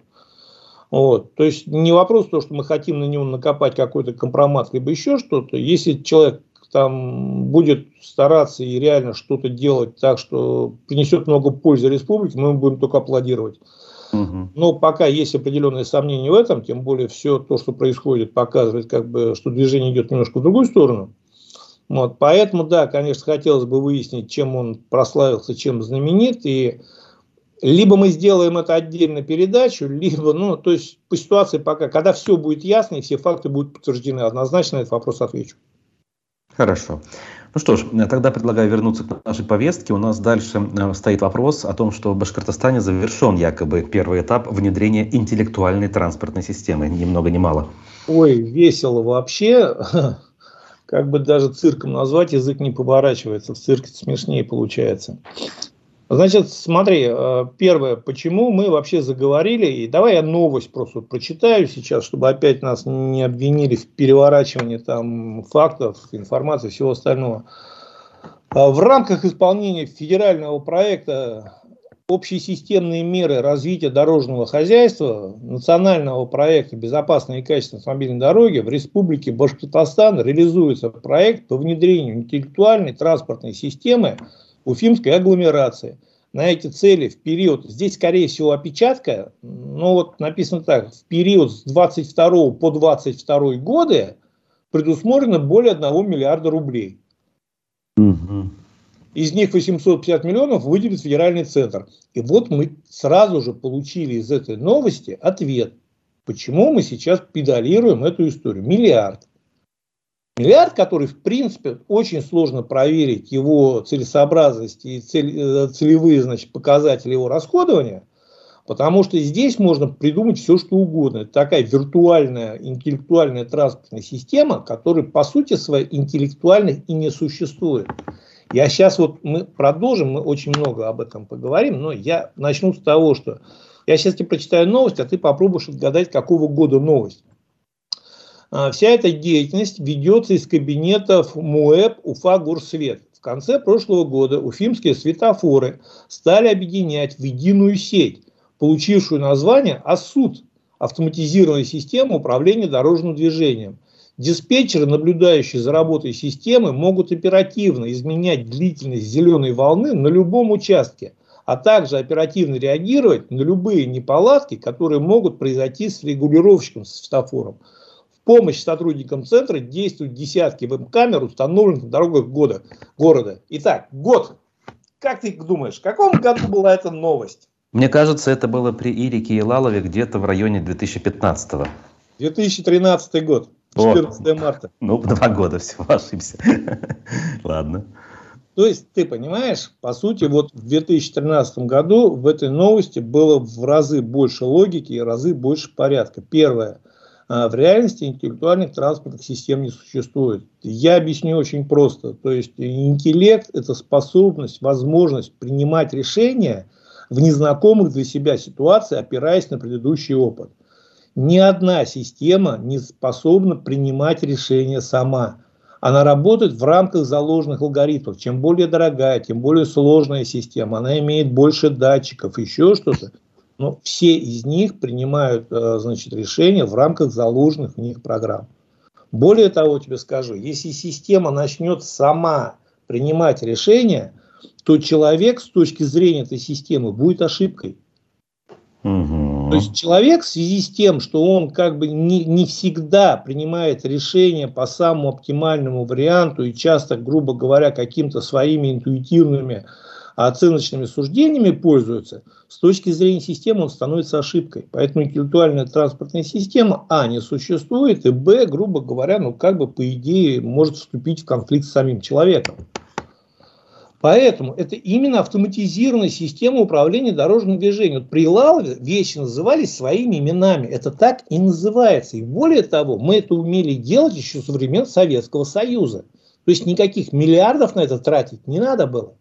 Вот. То есть не вопрос в том, что мы хотим на него накопать какой-то компромат, либо еще что-то, если человек там будет стараться и реально что-то делать так, что принесет много пользы республике, мы будем только аплодировать. Угу. Но пока есть определенные сомнения в этом, тем более все то, что происходит, показывает, как бы, что движение идет немножко в другую сторону. Вот. Поэтому, да, конечно, хотелось бы выяснить, чем он прославился, чем знаменит. И либо мы сделаем это отдельно передачу, либо, ну, то есть по ситуации пока, когда все будет ясно и все факты будут подтверждены, однозначно на этот вопрос отвечу. Хорошо. Ну что ж, тогда предлагаю вернуться к нашей повестке. У нас дальше стоит вопрос о том, что в Башкортостане завершен якобы первый этап внедрения интеллектуальной транспортной системы. Ни много ни мало. Ой, весело вообще. Как бы даже цирком назвать, язык не поворачивается. В цирке смешнее получается. Значит, смотри, первое, почему мы вообще заговорили, и давай я новость просто прочитаю сейчас, чтобы опять нас не обвинили в переворачивании там фактов, информации, всего остального. В рамках исполнения федерального проекта «Общие системные меры развития дорожного хозяйства», национального проекта «Безопасные и качественные автомобильные дороги» в Республике Башкортостан реализуется проект по внедрению интеллектуальной транспортной системы Уфимской агломерации. На эти цели в период, здесь скорее всего опечатка, но вот написано так, в период с двадцать второго по двадцать второй годы предусмотрено более одного миллиарда рублей. Угу. Из них восемьсот пятьдесят миллионов выделит федеральный центр. И вот мы сразу же получили из этой новости ответ, почему мы сейчас педалируем эту историю. Миллиард. Миллиард, который, в принципе, очень сложно проверить его целесообразность и цель, целевые, значит, показатели его расходования, потому что здесь можно придумать все, что угодно. Это такая виртуальная, интеллектуальная транспортная система, которая, по сути своей, интеллектуальной и не существует. Я сейчас вот, мы продолжим, мы очень много об этом поговорим, но я начну с того, что я сейчас тебе прочитаю новость, а ты попробуешь отгадать, какого года новость. Вся эта деятельность ведется из кабинетов МУЭП Уфа-Горсвет. В конце прошлого года уфимские светофоры стали объединять в единую сеть, получившую название АСУД – автоматизированная система управления дорожным движением. Диспетчеры, наблюдающие за работой системы, могут оперативно изменять длительность зеленой волны на любом участке, а также оперативно реагировать на любые неполадки, которые могут произойти с регулировщиком светофором. В помощь сотрудникам центра действуют десятки веб-камер, установленных на дорогах года, города. Итак, год. Как ты думаешь, в каком году была эта новость? Мне кажется, это было при Ирике Елалове где-то в районе две тысячи пятнадцатого. две тысячи тринадцатый год. четырнадцатое марта. Ну, два года всего, ошибся. Ладно. То есть, ты понимаешь, по сути, вот в две тысячи тринадцатом году в этой новости было в разы больше логики и разы больше порядка. Первое. В реальности интеллектуальных транспортных систем не существует. Я объясню очень просто. То есть, интеллект – это способность, возможность принимать решения в незнакомых для себя ситуациях, опираясь на предыдущий опыт. Ни одна система не способна принимать решения сама. Она работает в рамках заложенных алгоритмов. Чем более дорогая, тем более сложная система, она имеет больше датчиков, еще что-то. Но все из них принимают, значит, решения в рамках заложенных в них программ. Более того, тебе скажу, если система начнет сама принимать решения, то человек с точки зрения этой системы будет ошибкой. Угу. То есть человек в связи с тем, что он как бы не, не всегда принимает решения по самому оптимальному варианту и часто, грубо говоря, каким-то своими интуитивными оценочными суждениями пользуется, с точки зрения системы он становится ошибкой. Поэтому интеллектуальная транспортная система, а, не существует, и, б, грубо говоря, ну как бы по идее может вступить в конфликт с самим человеком. Поэтому это именно автоматизированная система управления дорожным движением. Вот при Лаве вещи назывались своими именами. Это так и называется. И более того, мы это умели делать еще со времен Советского Союза. То есть никаких миллиардов на это тратить не надо было.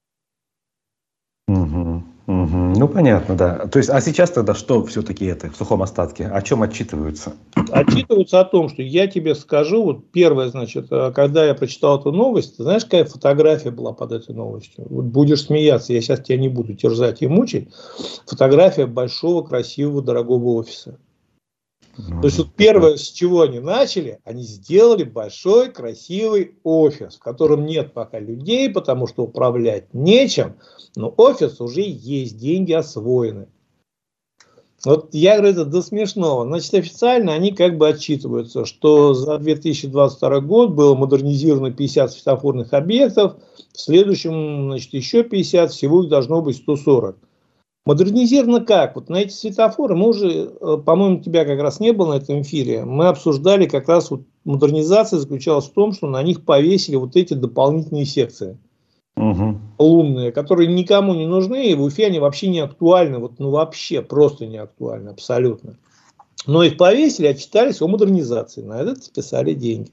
Угу, угу. Ну, понятно, да. То есть, а сейчас тогда что все-таки это в сухом остатке? О чем отчитываются? Отчитываются о том, что я тебе скажу, вот первое, значит, когда я прочитал эту новость, ты знаешь, какая фотография была под этой новостью? Вот будешь смеяться, я сейчас тебя не буду терзать и мучить. Фотография большого, красивого, дорогого офиса. Ну, То есть, вот первое, с чего они начали, они сделали большой, красивый офис, в котором нет пока людей, потому что управлять нечем, но офис уже есть, деньги освоены. Вот я говорю, это до смешного. Значит, официально они как бы отчитываются, что за две тысячи двадцать второй год было модернизировано пятьдесят светофорных объектов, в следующем, значит, еще пятьдесят, всего их должно быть сто сорок. Модернизировано как? Вот на эти светофоры, мы уже, по-моему, тебя как раз не было на этом эфире, мы обсуждали как раз вот модернизация заключалась в том, что на них повесили вот эти дополнительные секции. Угу. Лунные, которые никому не нужны, и в Уфе они вообще не актуальны, вот, ну вообще просто не актуальны, абсолютно. Но их повесили, отчитались о модернизации, на это списали деньги.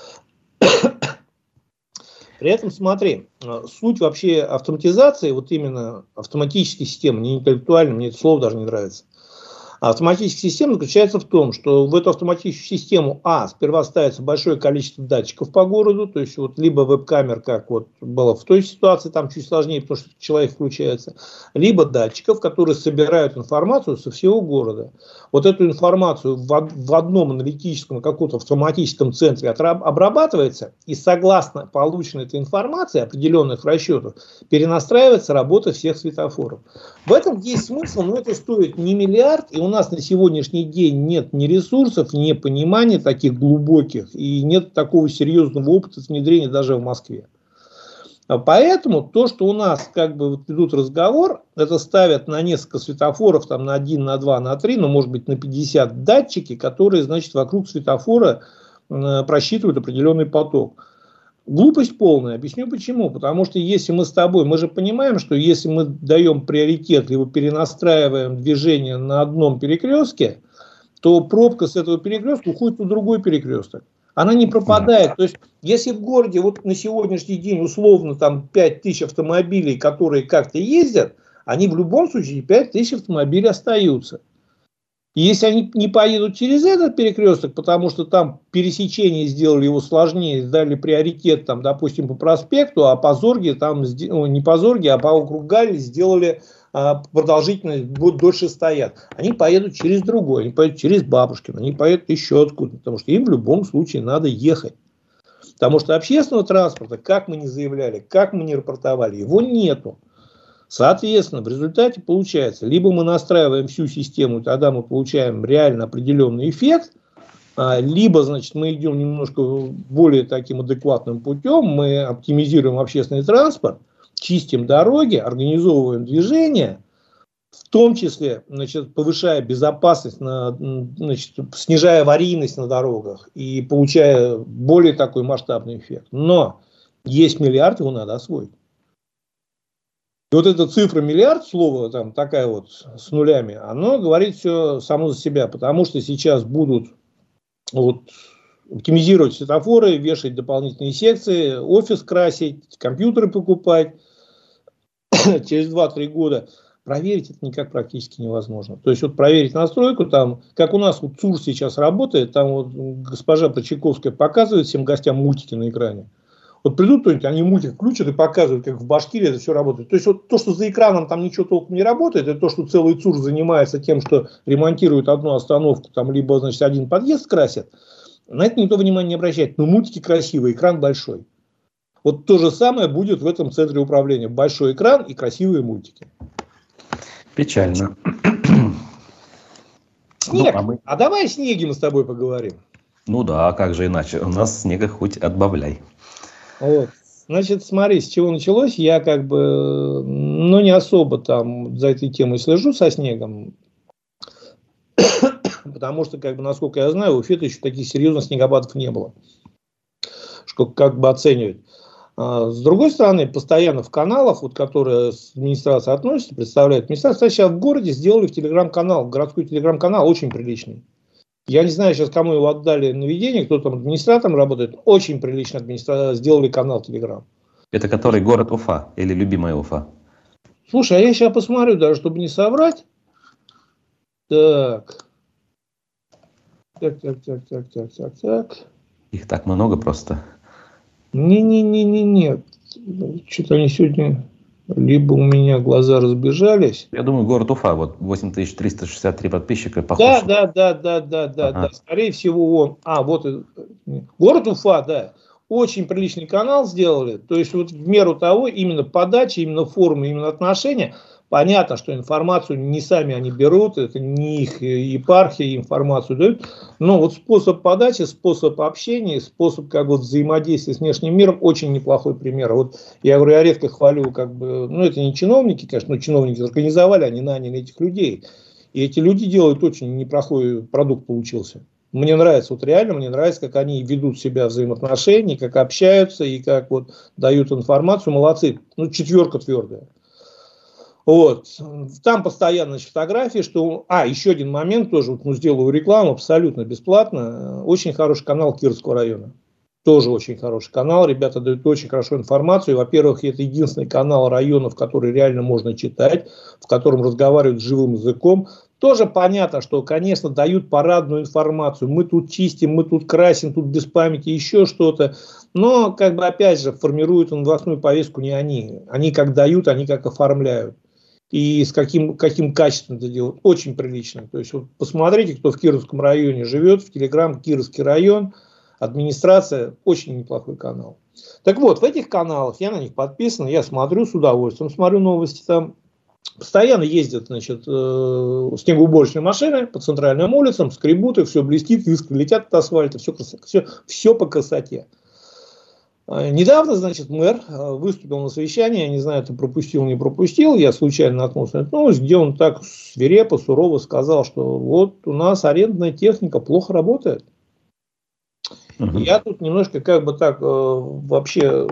При этом, смотри, суть вообще автоматизации, вот именно автоматической системы, не интеллектуальной, мне это слово даже не нравится. А автоматическая система заключается в том, что в эту автоматическую систему, а, сперва ставится большое количество датчиков по городу, то есть вот либо веб-камер, как вот было в той ситуации, там чуть сложнее, потому что человек включается, либо датчиков, которые собирают информацию со всего города. Вот эту информацию в, в одном аналитическом, каком-то автоматическом центре обрабатывается, и согласно полученной этой информации, определенных расчетов, перенастраивается работа всех светофоров. В этом есть смысл, но это стоит не миллиард, и у нас на сегодняшний день нет ни ресурсов, ни понимания таких глубоких, и нет такого серьезного опыта внедрения даже в Москве. Поэтому то, что у нас как бы вот идут разговор, это ставят на несколько светофоров, там на один, на два, на три, ну может быть на пятьдесят датчики, которые, значит, вокруг светофора э, просчитывают определенный поток. Глупость полная. Объясню почему. Потому что если мы с тобой, мы же понимаем, что если мы даем приоритет, либо перенастраиваем движение на одном перекрестке, то пробка с этого перекрестка уходит на другой перекресток. Она не пропадает. То есть, если в городе вот на сегодняшний день условно там пять тысяч автомобилей, которые как-то ездят, они в любом случае пять тысяч автомобилей остаются. И если они не поедут через этот перекресток, потому что там пересечение сделали его сложнее, дали приоритет, там, допустим, по проспекту, а по Зорге, там, не по Зорге, а по округу Галль сделали а, продолжительность, будут дольше стоят. Они поедут через другой, они поедут через Бабушкино, они поедут еще откуда, потому что им в любом случае надо ехать. Потому что общественного транспорта, как мы не заявляли, как мы не рапортовали, его нету. Соответственно, в результате получается, либо мы настраиваем всю систему, и тогда мы получаем реально определенный эффект, либо, значит, мы идем немножко более таким адекватным путем, мы оптимизируем общественный транспорт, чистим дороги, организовываем движение, в том числе, значит, повышая безопасность, на, значит, снижая аварийность на дорогах и получая более такой масштабный эффект. Но есть миллиард, его надо освоить. И вот эта цифра миллиард, слово там такая вот с нулями, оно говорит все само за себя, потому что сейчас будут вот, оптимизировать светофоры, вешать дополнительные секции, офис красить, компьютеры покупать через два-три года. Проверить это никак практически невозможно. То есть, вот проверить настройку, там, как у нас вот ЦУР сейчас работает, там вот госпожа Почаковская показывает всем гостям мультики на экране. Вот придут кто-нибудь, они мультик включат и показывают, как в Башкирии это все работает. То есть, вот то, что за экраном там ничего толком не работает, это то, что целый ЦУР занимается тем, что ремонтирует одну остановку, там, либо, значит, один подъезд красят, на это никто внимания не обращает. Но мультики красивые, экран большой. Вот то же самое будет в этом центре управления. Большой экран и красивые мультики. Печально. Снег. Ну, а, мы... а давай о снеге мы с тобой поговорим. Ну да, как же иначе? У нас снега хоть отбавляй. Вот. Значит, смотри, с чего началось. Я как бы, ну, не особо там за этой темой слежу со снегом. Потому что, как бы, насколько я знаю, в Уфе еще таких серьезных снегопадов не было. Что как бы оценивать. С другой стороны, постоянно в каналах, вот, которые с администрацией относятся, представляют. Администрация сейчас в городе сделали в телеграм-канал, городской телеграм-канал очень приличный. Я не знаю сейчас, кому его отдали на ведение, кто там администратором работает. Очень прилично администра... сделали канал телеграм. Это который город Уфа или любимая Уфа? Слушай, а я сейчас посмотрю, даже чтобы не соврать. Так. Так, так, так, так, так, так, так. Их так много просто. Не-не-не-не-не. Что-то они сегодня... Либо у меня глаза разбежались. Я думаю, город Уфа, вот восемь тысяч триста шестьдесят три подписчика, похож. Да, да, да, да, да, да, ага. да. Скорее всего, он. А, вот город Уфа, да. Очень приличный канал сделали. То есть, вот в меру того, именно подача, именно форма, именно отношения. Понятно, что информацию не сами они берут, это не их епархия информацию дают. Но вот способ подачи, способ общения, способ как вот взаимодействия с внешним миром очень неплохой пример. Вот я говорю, я редко хвалю, как бы, ну это не чиновники, конечно, но чиновники организовали, они наняли этих людей. И эти люди делают очень неплохой продукт получился. Мне нравится, вот реально мне нравится, как они ведут себя взаимоотношения, как общаются и как вот дают информацию. Молодцы, ну четверка твердая. Вот. Там постоянно, значит, фотографии, что... А, еще один момент тоже, вот, ну, сделаю рекламу абсолютно бесплатно. Очень хороший канал Кировского района. Тоже очень хороший канал. Ребята дают очень хорошую информацию. Во-первых, это единственный канал районов, который реально можно читать, в котором разговаривают живым языком. Тоже понятно, что, конечно, дают парадную информацию. Мы тут чистим, мы тут красим, тут без памяти, еще что-то. Но, как бы, опять же, формируют новостную повестку не они. Они как дают, они как оформляют. И с каким, каким качеством это делают. Очень прилично. То есть, вот посмотрите, кто в Кировском районе живет, в Телеграм Кировский район, администрация, очень неплохой канал. Так вот, в этих каналах, я на них подписан, я смотрю с удовольствием, смотрю новости там. Постоянно ездят, значит, э, снегоуборочные машины по центральным улицам, скребут их, все блестит, искры летят от асфальта, все, все, все по красоте. Недавно, значит, мэр выступил на совещании, я не знаю, ты пропустил, не пропустил, я случайно наткнулся на эту новость, где он так свирепо, сурово сказал, что вот у нас арендная техника плохо работает. Uh-huh. Я тут немножко как бы так э, вообще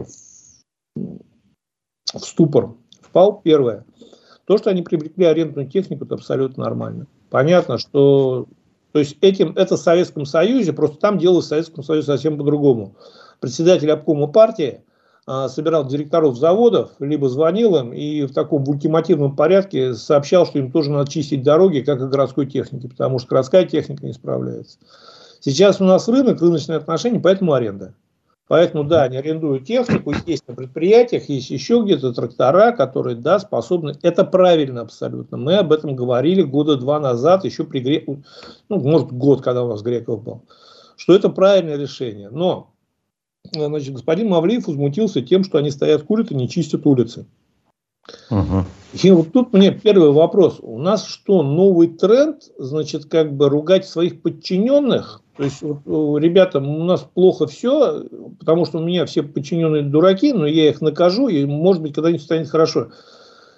в ступор впал. Первое. То, что они привлекли арендную технику, это абсолютно нормально. Понятно, что... То есть этим, это в Советском Союзе, просто там делалось в Советском Союзе совсем по-другому. Председатель обкома партии а, собирал директоров заводов, либо звонил им и в таком ультимативном порядке сообщал, что им тоже надо чистить дороги, как и городской техники, потому что городская техника не справляется. Сейчас у нас рынок, рыночные отношения, поэтому аренда. Поэтому, да, они арендуют технику, есть на предприятиях, есть еще где-то трактора, которые, да, способны. Это правильно абсолютно. Мы об этом говорили года два назад, еще при Греков, ну, может, год, когда у нас Греков был, что это правильное решение. Но, значит, господин Мавлиев возмутился тем, что они стоят, курят и не чистят улицы. Угу. И вот тут мне первый вопрос. У нас что, новый тренд, значит, как бы ругать своих подчиненных? То есть, вот, ребята, у нас плохо все, потому что у меня все подчиненные дураки, но я их накажу, и, может быть, когда-нибудь станет хорошо.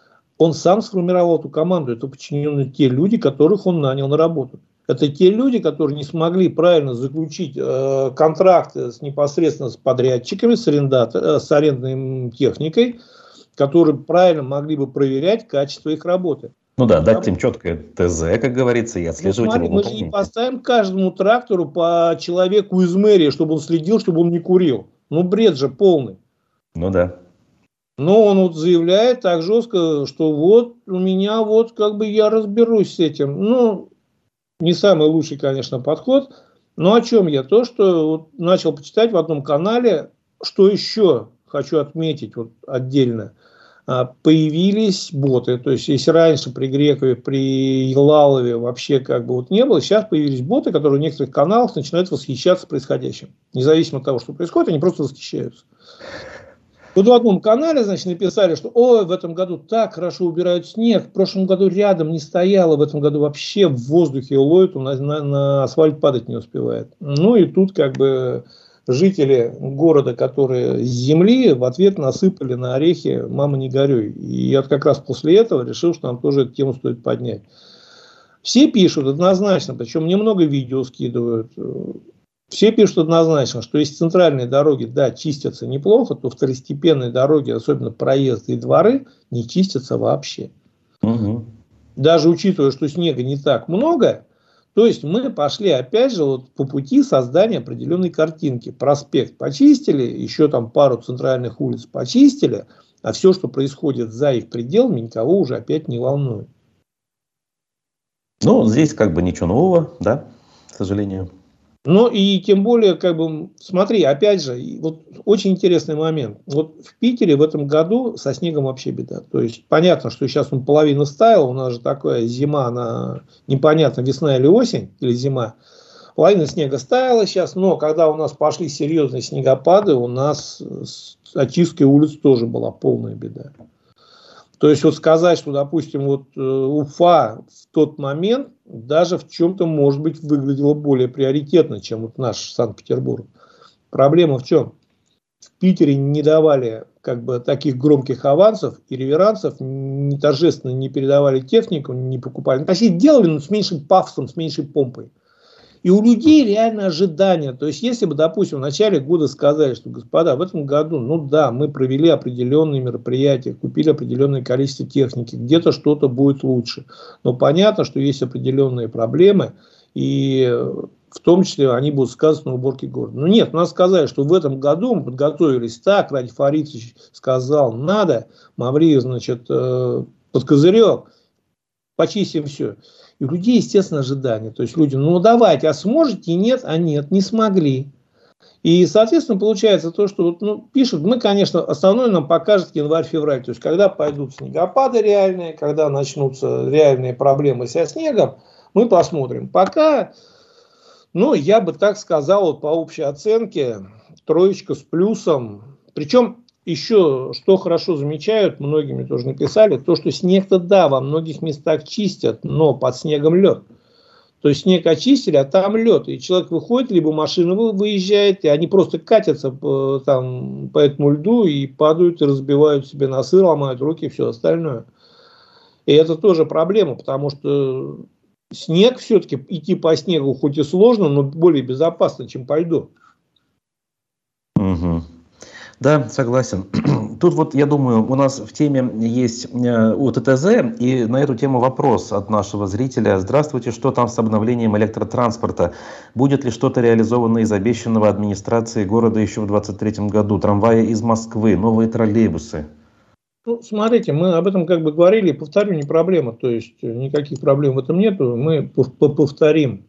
Он сам сформировал эту команду. Это подчиненные те люди, которых он нанял на работу. Это те люди, которые не смогли правильно заключить э, контракты с, непосредственно с подрядчиками, с, арендатор, с арендной техникой, которые правильно могли бы проверять качество их работы. Ну да, дать им четкое ТЗ, как говорится, и отслеживать ну, смотри, его мы же не поставим каждому трактору по человеку из мэрии, чтобы он следил, чтобы он не курил. Ну, бред же полный. Ну да. Но он вот заявляет так жестко, что вот у меня вот как бы я разберусь с этим. Ну, не самый лучший, конечно, подход. Но о чем я? То, что вот начал почитать в одном канале, что еще хочу отметить вот отдельно. Появились боты. То есть, если раньше при Грекове, при Елалове вообще как бы вот не было, сейчас появились боты, которые в некоторых каналах начинают восхищаться происходящим. Независимо от того, что происходит, они просто восхищаются. Вот в одном канале, значит, написали, что ой, в этом году так хорошо убирают снег, в прошлом году рядом не стояло, в этом году вообще в воздухе ловит, на, на, на асфальт падать не успевает. Ну и тут как бы жители города, которые с земли, в ответ насыпали на орехи «мама, не горюй». И я как раз после этого решил, что нам тоже эту тему стоит поднять. Все пишут однозначно, причем немного видео скидывают. Все пишут однозначно, что если центральные дороги, да, чистятся неплохо, то второстепенные дороги, особенно проезды и дворы, не чистятся вообще. Угу. Даже учитывая, что снега не так много, то есть мы пошли опять же вот по пути создания определенной картинки. Проспект почистили, еще там пару центральных улиц почистили, а все, что происходит за их пределами, никого уже опять не волнует. Ну, здесь как бы ничего нового, да, к сожалению. Ну и тем более, как бы, смотри, опять же, вот очень интересный момент. Вот в Питере в этом году со снегом вообще беда. То есть понятно, что сейчас он половина стаял, у нас же такая зима, она непонятно, весна или осень, или зима. Половина снега стаяла сейчас, но когда у нас пошли серьезные снегопады, у нас с очисткой улиц тоже была полная беда. То есть вот сказать, что, допустим, вот э, Уфа в тот момент даже в чем-то, может быть, выглядела более приоритетно, чем вот наш Санкт-Петербург. Проблема в чем? В Питере не давали как бы таких громких авансов и реверансов, не торжественно не передавали технику, не покупали. Точнее, делали, но с меньшим пафосом, с меньшей помпой. И у людей реально ожидания. То есть, если бы, допустим, в начале года сказали, что, господа, в этом году, ну да, мы провели определенные мероприятия, купили определенное количество техники, где-то что-то будет лучше. Но понятно, что есть определенные проблемы, и в том числе они будут сказаны на уборке города. Но нет, нас сказали, что в этом году мы подготовились так, Радий Фаритович сказал, надо, Мавриев, значит, под козырек, почистим все. И у людей, естественно, ожидания. То есть люди, ну давайте, а сможете? Нет, а нет, не смогли. И, соответственно, получается то, что вот, ну, пишут, мы, конечно, основное нам покажет январь-февраль. То есть, когда пойдут снегопады реальные, когда начнутся реальные проблемы со снегом, мы посмотрим. Пока, ну, я бы так сказал, вот по общей оценке, троечка с плюсом. Причем, еще, что хорошо замечают, многими тоже написали, то, что снег-то, да, во многих местах чистят, но под снегом лед. То есть снег очистили, а там лед. И человек выходит, либо машина выезжает, и они просто катятся по, там, по этому льду и падают, и разбивают себе носы, ломают руки и все остальное. И это тоже проблема, потому что снег все-таки, идти по снегу хоть и сложно, но более безопасно, чем по льду. Угу. Да, согласен. Тут вот, я думаю, у нас в теме есть у ТТЗ, и на эту тему вопрос от нашего зрителя. Здравствуйте, что там с обновлением электротранспорта? Будет ли что-то реализовано из обещанного администрацией города еще в двадцать третьем году? Трамваи из Москвы, новые троллейбусы? Ну, смотрите, мы об этом как бы говорили, повторю, не проблема, то есть никаких проблем в этом нету, мы повторим.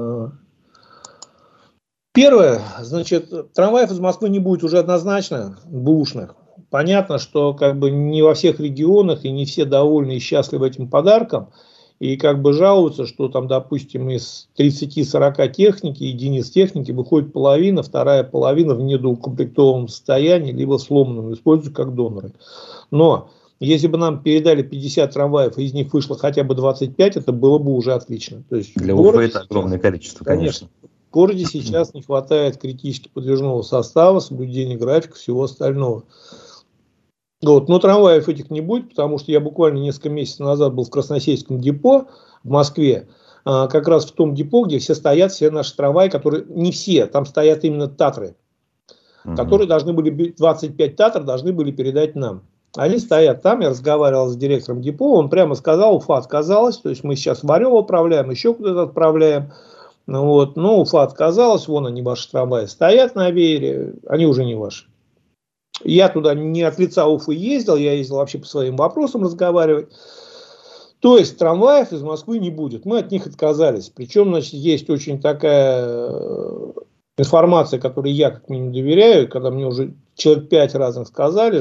Первое, значит, трамваев из Москвы не будет уже однозначно, бэушных. Понятно, что как бы не во всех регионах и не все довольны и счастливы этим подарком. И как бы жалуются, что там, допустим, из тридцати-сорока техники, единиц техники выходит половина, вторая половина в недоукомплектованном состоянии, либо сломанном, используют как доноры. Но если бы нам передали пятьдесят трамваев, и из них вышло хотя бы двадцать пять, это было бы уже отлично. То есть для Уфы это огромное количество, конечно. конечно. В городе сейчас не хватает критически подвижного состава, соблюдения графика, всего остального. Вот, но трамваев этих не будет, потому что я буквально несколько месяцев назад был в Красносельском депо в Москве, как раз в том депо, где все стоят, все наши трамваи, которые не все, там стоят именно Татры, угу. которые должны были, двадцать пять Татр должны были передать нам. Они стоят там, я разговаривал с директором депо, он прямо сказал, Уфа отказалась, то есть мы сейчас в Орел отправляем, еще куда-то отправляем. Вот, но Уфа отказалась, вон они, ваши трамваи, стоят на веере, они уже не ваши. Я туда не от лица Уфы ездил, я ездил вообще по своим вопросам разговаривать. То есть трамваев из Москвы не будет. Мы от них отказались. Причем, значит, есть очень такая информация, которой я как минимум доверяю, когда мне уже человек пять разных сказали,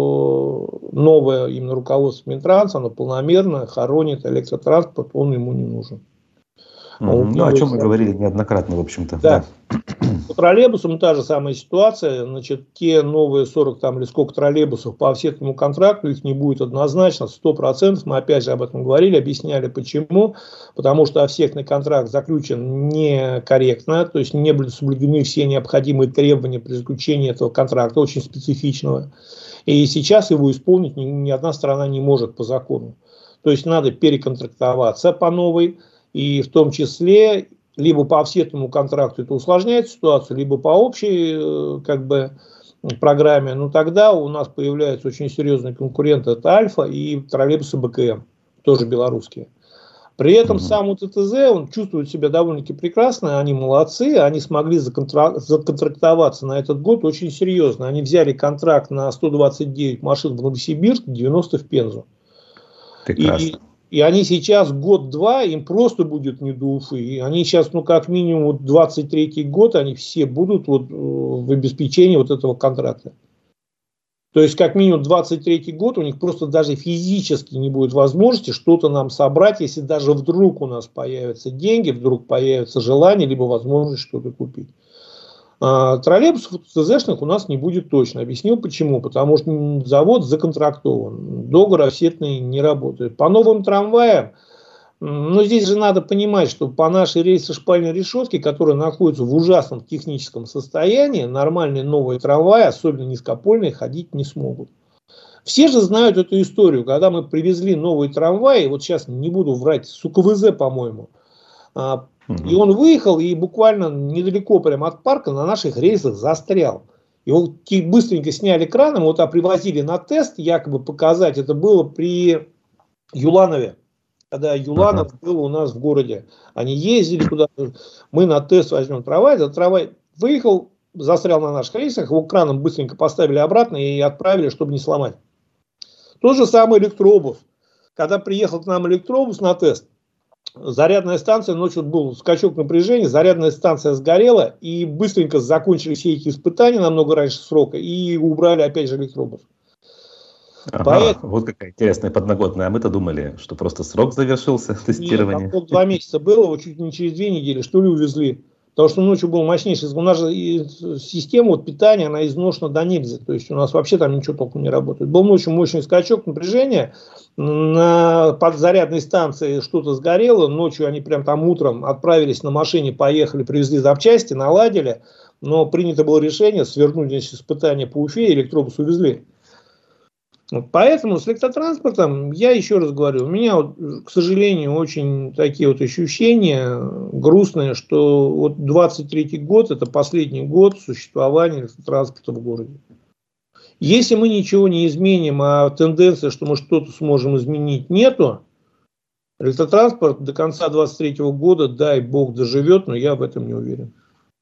что новое именно руководство Минтранса, оно полномерно хоронит электротранспорт, он ему не нужен. Mm-hmm. Ну, о чем мы говорили неоднократно, в общем-то. Да. Да. По троллейбусам та же самая ситуация. Значит, те новые сорок там или сколько троллейбусов по всему контракту, их не будет однозначно, сто процентов. Мы опять же об этом говорили, объясняли почему. Потому что овсетный контракт заключен некорректно, то есть не были соблюдены все необходимые требования при заключении этого контракта, очень специфичного. И сейчас его исполнить ни, ни одна страна не может по закону. То есть надо переконтрактоваться по новой. И в том числе, либо по офсетному контракту это усложняет ситуацию, либо по общей как бы, программе. Но тогда у нас появляются очень серьезные конкуренты. Это Альфа и троллейбусы БКМ, тоже белорусские. При этом mm-hmm. сам УТТЗ, он чувствует себя довольно-таки прекрасно. Они молодцы, они смогли законтрак- законтрактоваться на этот год очень серьезно. Они взяли контракт на сто двадцать девять машин в Новосибирск, девяносто в Пензу. Прекрасно. И И они сейчас год-два, им просто будет не до Уфы. И они сейчас, ну, как минимум, двадцать третий год, они все будут вот в обеспечении вот этого контракта. То есть, как минимум, двадцать третий год у них просто даже физически не будет возможности что-то нам собрать, если даже вдруг у нас появятся деньги, вдруг появится желание, либо возможность что-то купить. А, троллейбусов ТЗшных у нас не будет точно. Объяснил почему. Потому что завод законтрактован. Договор офсетный не работает. По новым трамваям, ну здесь же надо понимать, что по нашей рельсо-шпальной решетке, которая находится в ужасном техническом состоянии, нормальные новые трамваи, особенно низкопольные, ходить не смогут. Все же знают эту историю. Когда мы привезли новые трамваи, вот сейчас не буду врать, с УКВЗ, по-моему, и он выехал и буквально недалеко прямо от парка на наших рельсах застрял. Его быстренько сняли краном, вот а привозили на тест, якобы показать. Это было при Юланове, когда Юланов uh-huh. был у нас в городе. Они ездили куда-то, мы на тест возьмем трамвай. Этот трамвай выехал, застрял на наших рельсах, его краном быстренько поставили обратно и отправили, чтобы не сломать. Тот же самый электробус. Когда приехал к нам электробус на тест, зарядная станция, ночью был скачок напряжения, зарядная станция сгорела, и быстренько закончили все эти испытания намного раньше срока, и убрали опять же электробус. Ага, Поэтому... Вот какая интересная подноготная. А мы-то думали, что просто срок завершился тестирования. Нет, там два месяца было, вот чуть не через две недели, что ли, увезли. Потому что ночью был мощнейший. У нас же система вот, питания, она изношена до нельзя. То есть у нас вообще там ничего толком не работает. Был ночью мощный скачок напряжения. На подзарядной станции что-то сгорело. Ночью они прям там утром отправились на машине, поехали, привезли запчасти, наладили. Но принято было решение свернуть значит, испытания по Уфе, и электробус увезли. Поэтому с электротранспортом, я еще раз говорю, у меня, вот, к сожалению, очень такие вот ощущения грустные, что вот двадцать третий год, это последний год существования электротранспорта в городе. Если мы ничего не изменим, а тенденция, что мы что-то сможем изменить, нету, электротранспорт до конца двадцать третьего года, дай бог, доживет, но я в этом не уверен.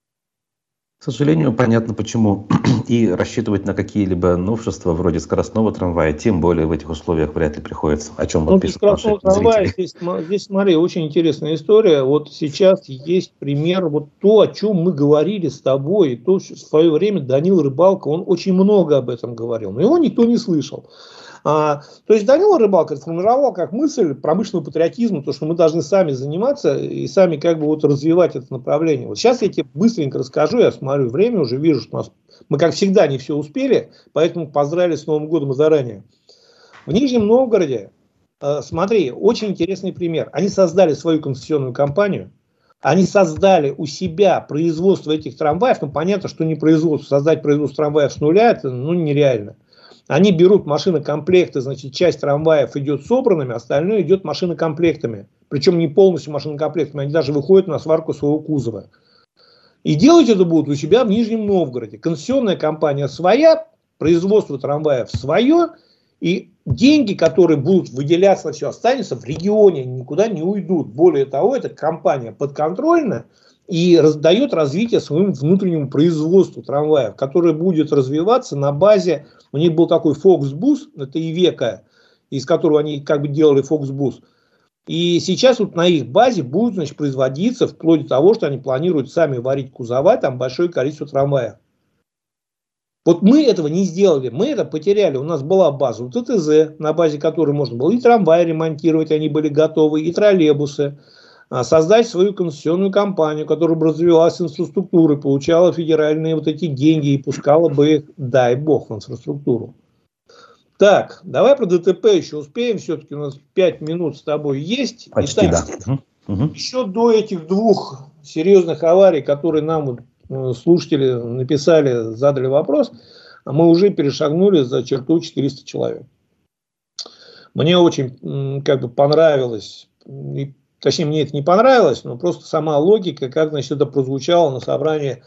К сожалению, понятно почему. И рассчитывать на какие-либо новшества вроде скоростного трамвая, тем более в этих условиях вряд ли приходится. О чем вот вот пишут наши зрители. Здесь, здесь, смотри, очень интересная история. Вот сейчас есть пример, вот то, о чем мы говорили с тобой, и то, в свое время Данил Рыбалко, он очень много об этом говорил, но его никто не слышал. А, то есть Данил Рыбалко сформировал как мысль промышленного патриотизма, то, что мы должны сами заниматься и сами как бы вот развивать это направление. Вот сейчас я тебе быстренько расскажу, я смотрю время, уже вижу, что у нас, мы как всегда не все успели, поэтому поздравили с Новым годом заранее. В Нижнем Новгороде, э, смотри, очень интересный пример. Они создали свою концессионную компанию, они создали у себя производство этих трамваев, ну понятно, что не производство, создать производство трамваев с нуля, это ну, нереально. Они берут машинокомплекты, значит, часть трамваев идет собранными, остальное идет машинокомплектами. Причем не полностью машинокомплектами, они даже выходят на сварку своего кузова. И делать это будут у себя в Нижнем Новгороде. Концессионная компания своя, производство трамваев свое, и деньги, которые будут выделяться на все, останутся в регионе, никуда не уйдут. Более того, эта компания подконтрольна и дает развитие своему внутреннему производству трамваев, которое будет развиваться на базе, у них был такой Фоксбус, это Ивека, из которого они как бы делали Фоксбус. И сейчас вот на их базе будет, значит, производиться, вплоть до того, что они планируют сами варить кузова, там большое количество трамваев. Вот мы этого не сделали, мы это потеряли. У нас была база у ТТЗ, на базе которой можно было и трамваи ремонтировать, они были готовы, и троллейбусы. Создать свою концессионную компанию, которая бы развивалась инфраструктурой, получала федеральные вот эти деньги и пускала бы их, дай бог, в инфраструктуру. Так, давай про ДТП еще успеем, все-таки у нас пять минут с тобой есть. Почти, Итак, да. Угу. Еще до этих двух серьезных аварий, которые нам слушатели написали, задали вопрос, мы уже перешагнули за черту четыреста человек. Мне очень как бы понравилось, точнее, мне это не понравилось, но просто сама логика, как, значит, это прозвучало на собрании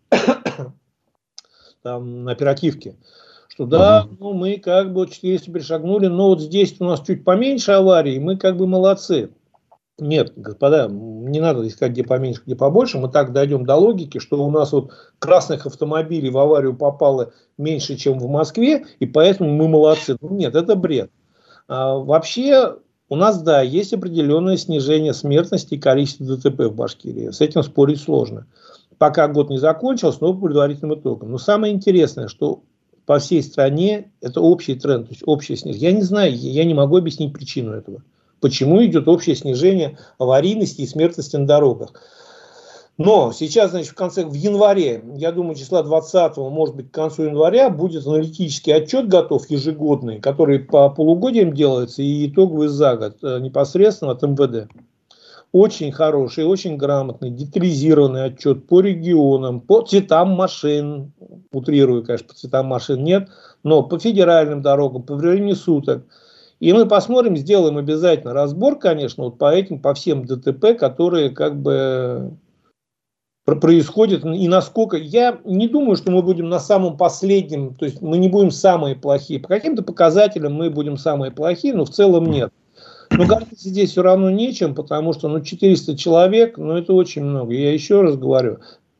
там, на оперативке. Что да, uh-huh. ну, мы как бы четыреста перешагнули, но вот здесь у нас чуть поменьше аварий, мы как бы молодцы. Нет, господа, не надо искать где поменьше, где побольше. Мы так дойдем до логики, что у нас вот красных автомобилей в аварию попало меньше, чем в Москве, и поэтому мы молодцы. Ну, нет, это бред. А, вообще, у нас, да, есть определенное снижение смертности и количества ДТП в Башкирии. С этим спорить сложно. Пока год не закончился, но по предварительным итогам. Но самое интересное, что по всей стране это общий тренд, то есть общее снижение. Я не знаю, я не могу объяснить причину этого. Почему идет общее снижение аварийности и смертности на дорогах. Но сейчас, значит, в конце, в январе, я думаю, числа двадцатого, может быть, к концу января будет аналитический отчет готов ежегодный, который по полугодиям делается, и итоговый за год непосредственно от эм вэ дэ. Очень хороший, очень грамотный, детализированный отчет по регионам, по цветам машин, утрирую, конечно, по цветам машин нет, но по федеральным дорогам, по времени суток. И мы посмотрим, сделаем обязательно разбор, конечно, вот по этим, по всем ДТП, которые как бы происходят, и насколько. Я не думаю, что мы будем на самом последнем, то есть мы не будем самые плохие. По каким-то показателям мы будем самые плохие, но в целом нет. Но гордиться здесь все равно нечем, потому что ну, четыреста человек, ну это очень много. Я еще раз говорю,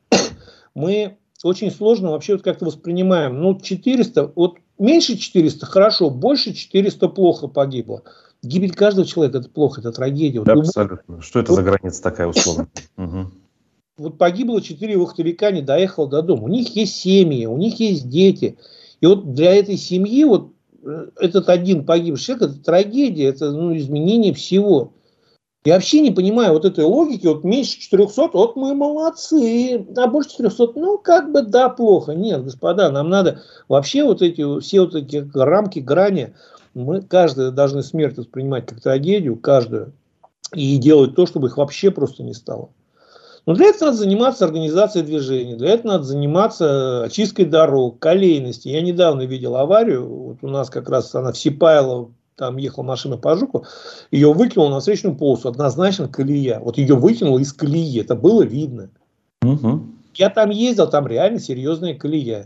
мы очень сложно вообще вот как-то воспринимаем. Ну четыреста, вот меньше четыреста хорошо, больше четыреста плохо погибло. Гибель каждого человека это плохо, это трагедия. Да, вот абсолютно. Что это вот, за граница такая условная? Угу. Вот погибло четыре вахтовика, не доехало до дома. У них есть семьи, у них есть дети. И вот для этой семьи вот этот один погибший человек, это трагедия, это ну, изменение всего. Я вообще не понимаю вот этой логики, вот меньше четырехсот, вот мы молодцы, а больше четырехсот, ну как бы да, плохо. Нет, господа, нам надо вообще вот эти, все вот эти рамки, грани, мы каждый должны смерть воспринимать как трагедию, каждую, и делать то, чтобы их вообще просто не стало. Но для этого надо заниматься организацией движения, для этого надо заниматься очисткой дорог, колейности. Я недавно видел аварию, вот у нас как раз она в Сипайлово, там ехала машина по Жуку, ее выкинула на встречную полосу, однозначно колея. Вот ее выкинуло из колеи, это было видно. Угу. Я там ездил, там реально серьезная колея.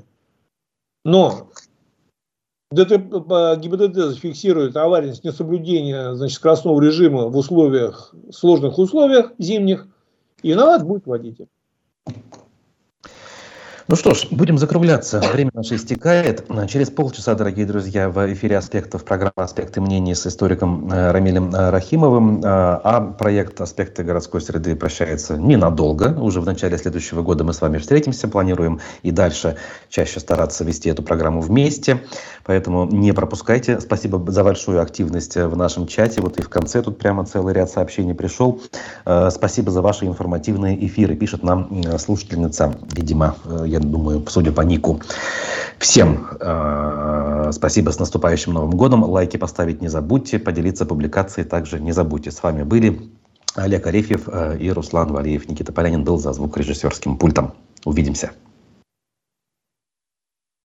Но ГИБДД зафиксирует аварийность несоблюдения, значит, скоростного режима в условиях, сложных условиях зимних, и виноват будет водитель. Ну что ж, будем закругляться. Время наше истекает. Через полчаса, дорогие друзья, в эфире «Аспектов» программа «Аспекты мнений» с историком Рамилем Рахимовым. А проект «Аспекты городской среды» прощается ненадолго. Уже в начале следующего года мы с вами встретимся. Планируем и дальше чаще стараться вести эту программу вместе. Поэтому не пропускайте. Спасибо за большую активность в нашем чате. Вот и в конце тут прямо целый ряд сообщений пришел. Спасибо за ваши информативные эфиры. Пишет нам слушательница, видимо, я думаю, судя по нику. Всем э, спасибо, с наступающим Новым годом. Лайки поставить не забудьте, поделиться публикацией также не забудьте. С вами были Олег Арефьев э, и Руслан Валиев. Никита Полянин был за звукорежиссерским пультом. Увидимся.